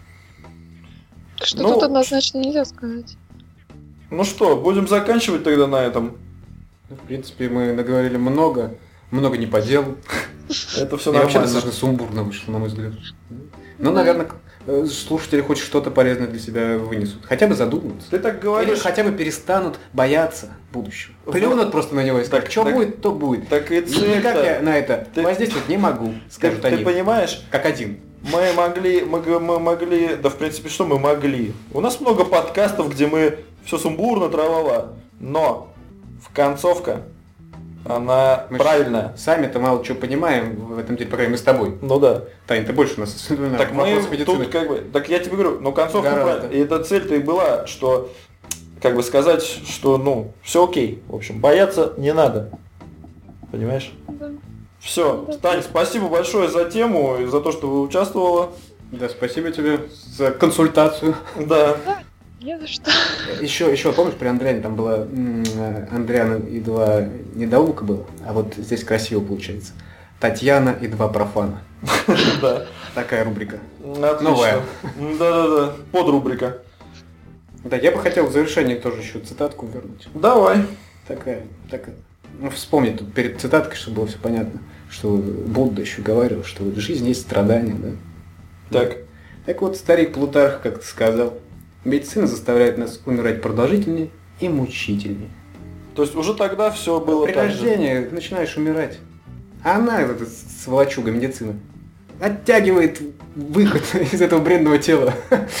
Что ну, тут однозначно нельзя сказать. Ну что, будем заканчивать тогда на этом. В принципе, мы наговорили много, много не по делу. Это все нормально. И вообще достаточно сумбурно вышло, на мой взгляд. Ну, наверное, слушатели хоть что-то полезное для себя вынесут. Хотя бы задумаются. Ты так говоришь. Или хотя бы перестанут бояться будущего. Плюнут просто на него и скажут, что будет, то будет. Так и цель. Никак я на это ты, воздействовать не могу, скажут ты, они. Ты понимаешь? Как один. Мы могли, мы, мы могли, да в принципе, что мы могли? У нас много подкастов, где мы все сумбурно, тра-ла-ла. Но в концовка, она мы правильная. Сами-то мало чего понимаем в этом деле, по крайней мере, мы с тобой. Ну да. Тань, ты больше у нас так мы тут как бы, так я тебе говорю, но концовка правильная. И эта цель-то и была, что как бы сказать, что ну все окей. В общем, бояться не надо. Понимаешь? Да. Все, Тань, спасибо большое за тему и за то, что вы участвовала. Да, спасибо тебе за консультацию. Да. Не за что. Еще, еще помнишь, при Андриане там была Андриана и два недоумка было, а вот здесь красиво получается. Татьяна и два профана. Да. Такая рубрика. Новая. Да-да-да, подрубрика. Да, я бы хотел в завершении тоже еще цитатку вернуть. Давай. Такая, такая. Ну, вспомни тут перед цитаткой, чтобы было все понятно, что Будда еще говорил, что вот жизнь есть страдания, да? Так. Так вот, старик Плутарх как-то сказал, медицина заставляет нас умирать продолжительнее и мучительнее. То есть уже тогда все было при так рождении же. Начинаешь умирать. А она, эта сволочуга медицина, оттягивает выход из этого бренного тела.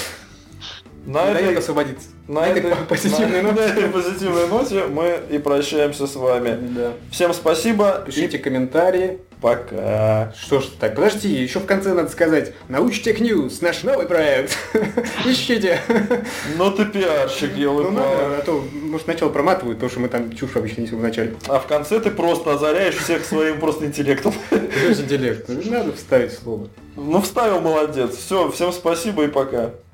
На не этой, дает освободиться. На, на, этой, позитивной на, ноте. на этой позитивной ноте мы и прощаемся с вами. Да. Всем спасибо. Пишите и комментарии. Пока. Что ж так, подожди, еще в конце надо сказать. Научтех Ньюс, наш новый проект. Ищите. Ну ты пиарщик, елы. Ну надо, а то, может, сначала проматывают, потому что мы там чушь обычно несем в начале. А в конце ты просто озаряешь всех своим просто интеллектом. Интеллект. Надо вставить слово. Ну вставил, молодец. Все, всем спасибо и пока.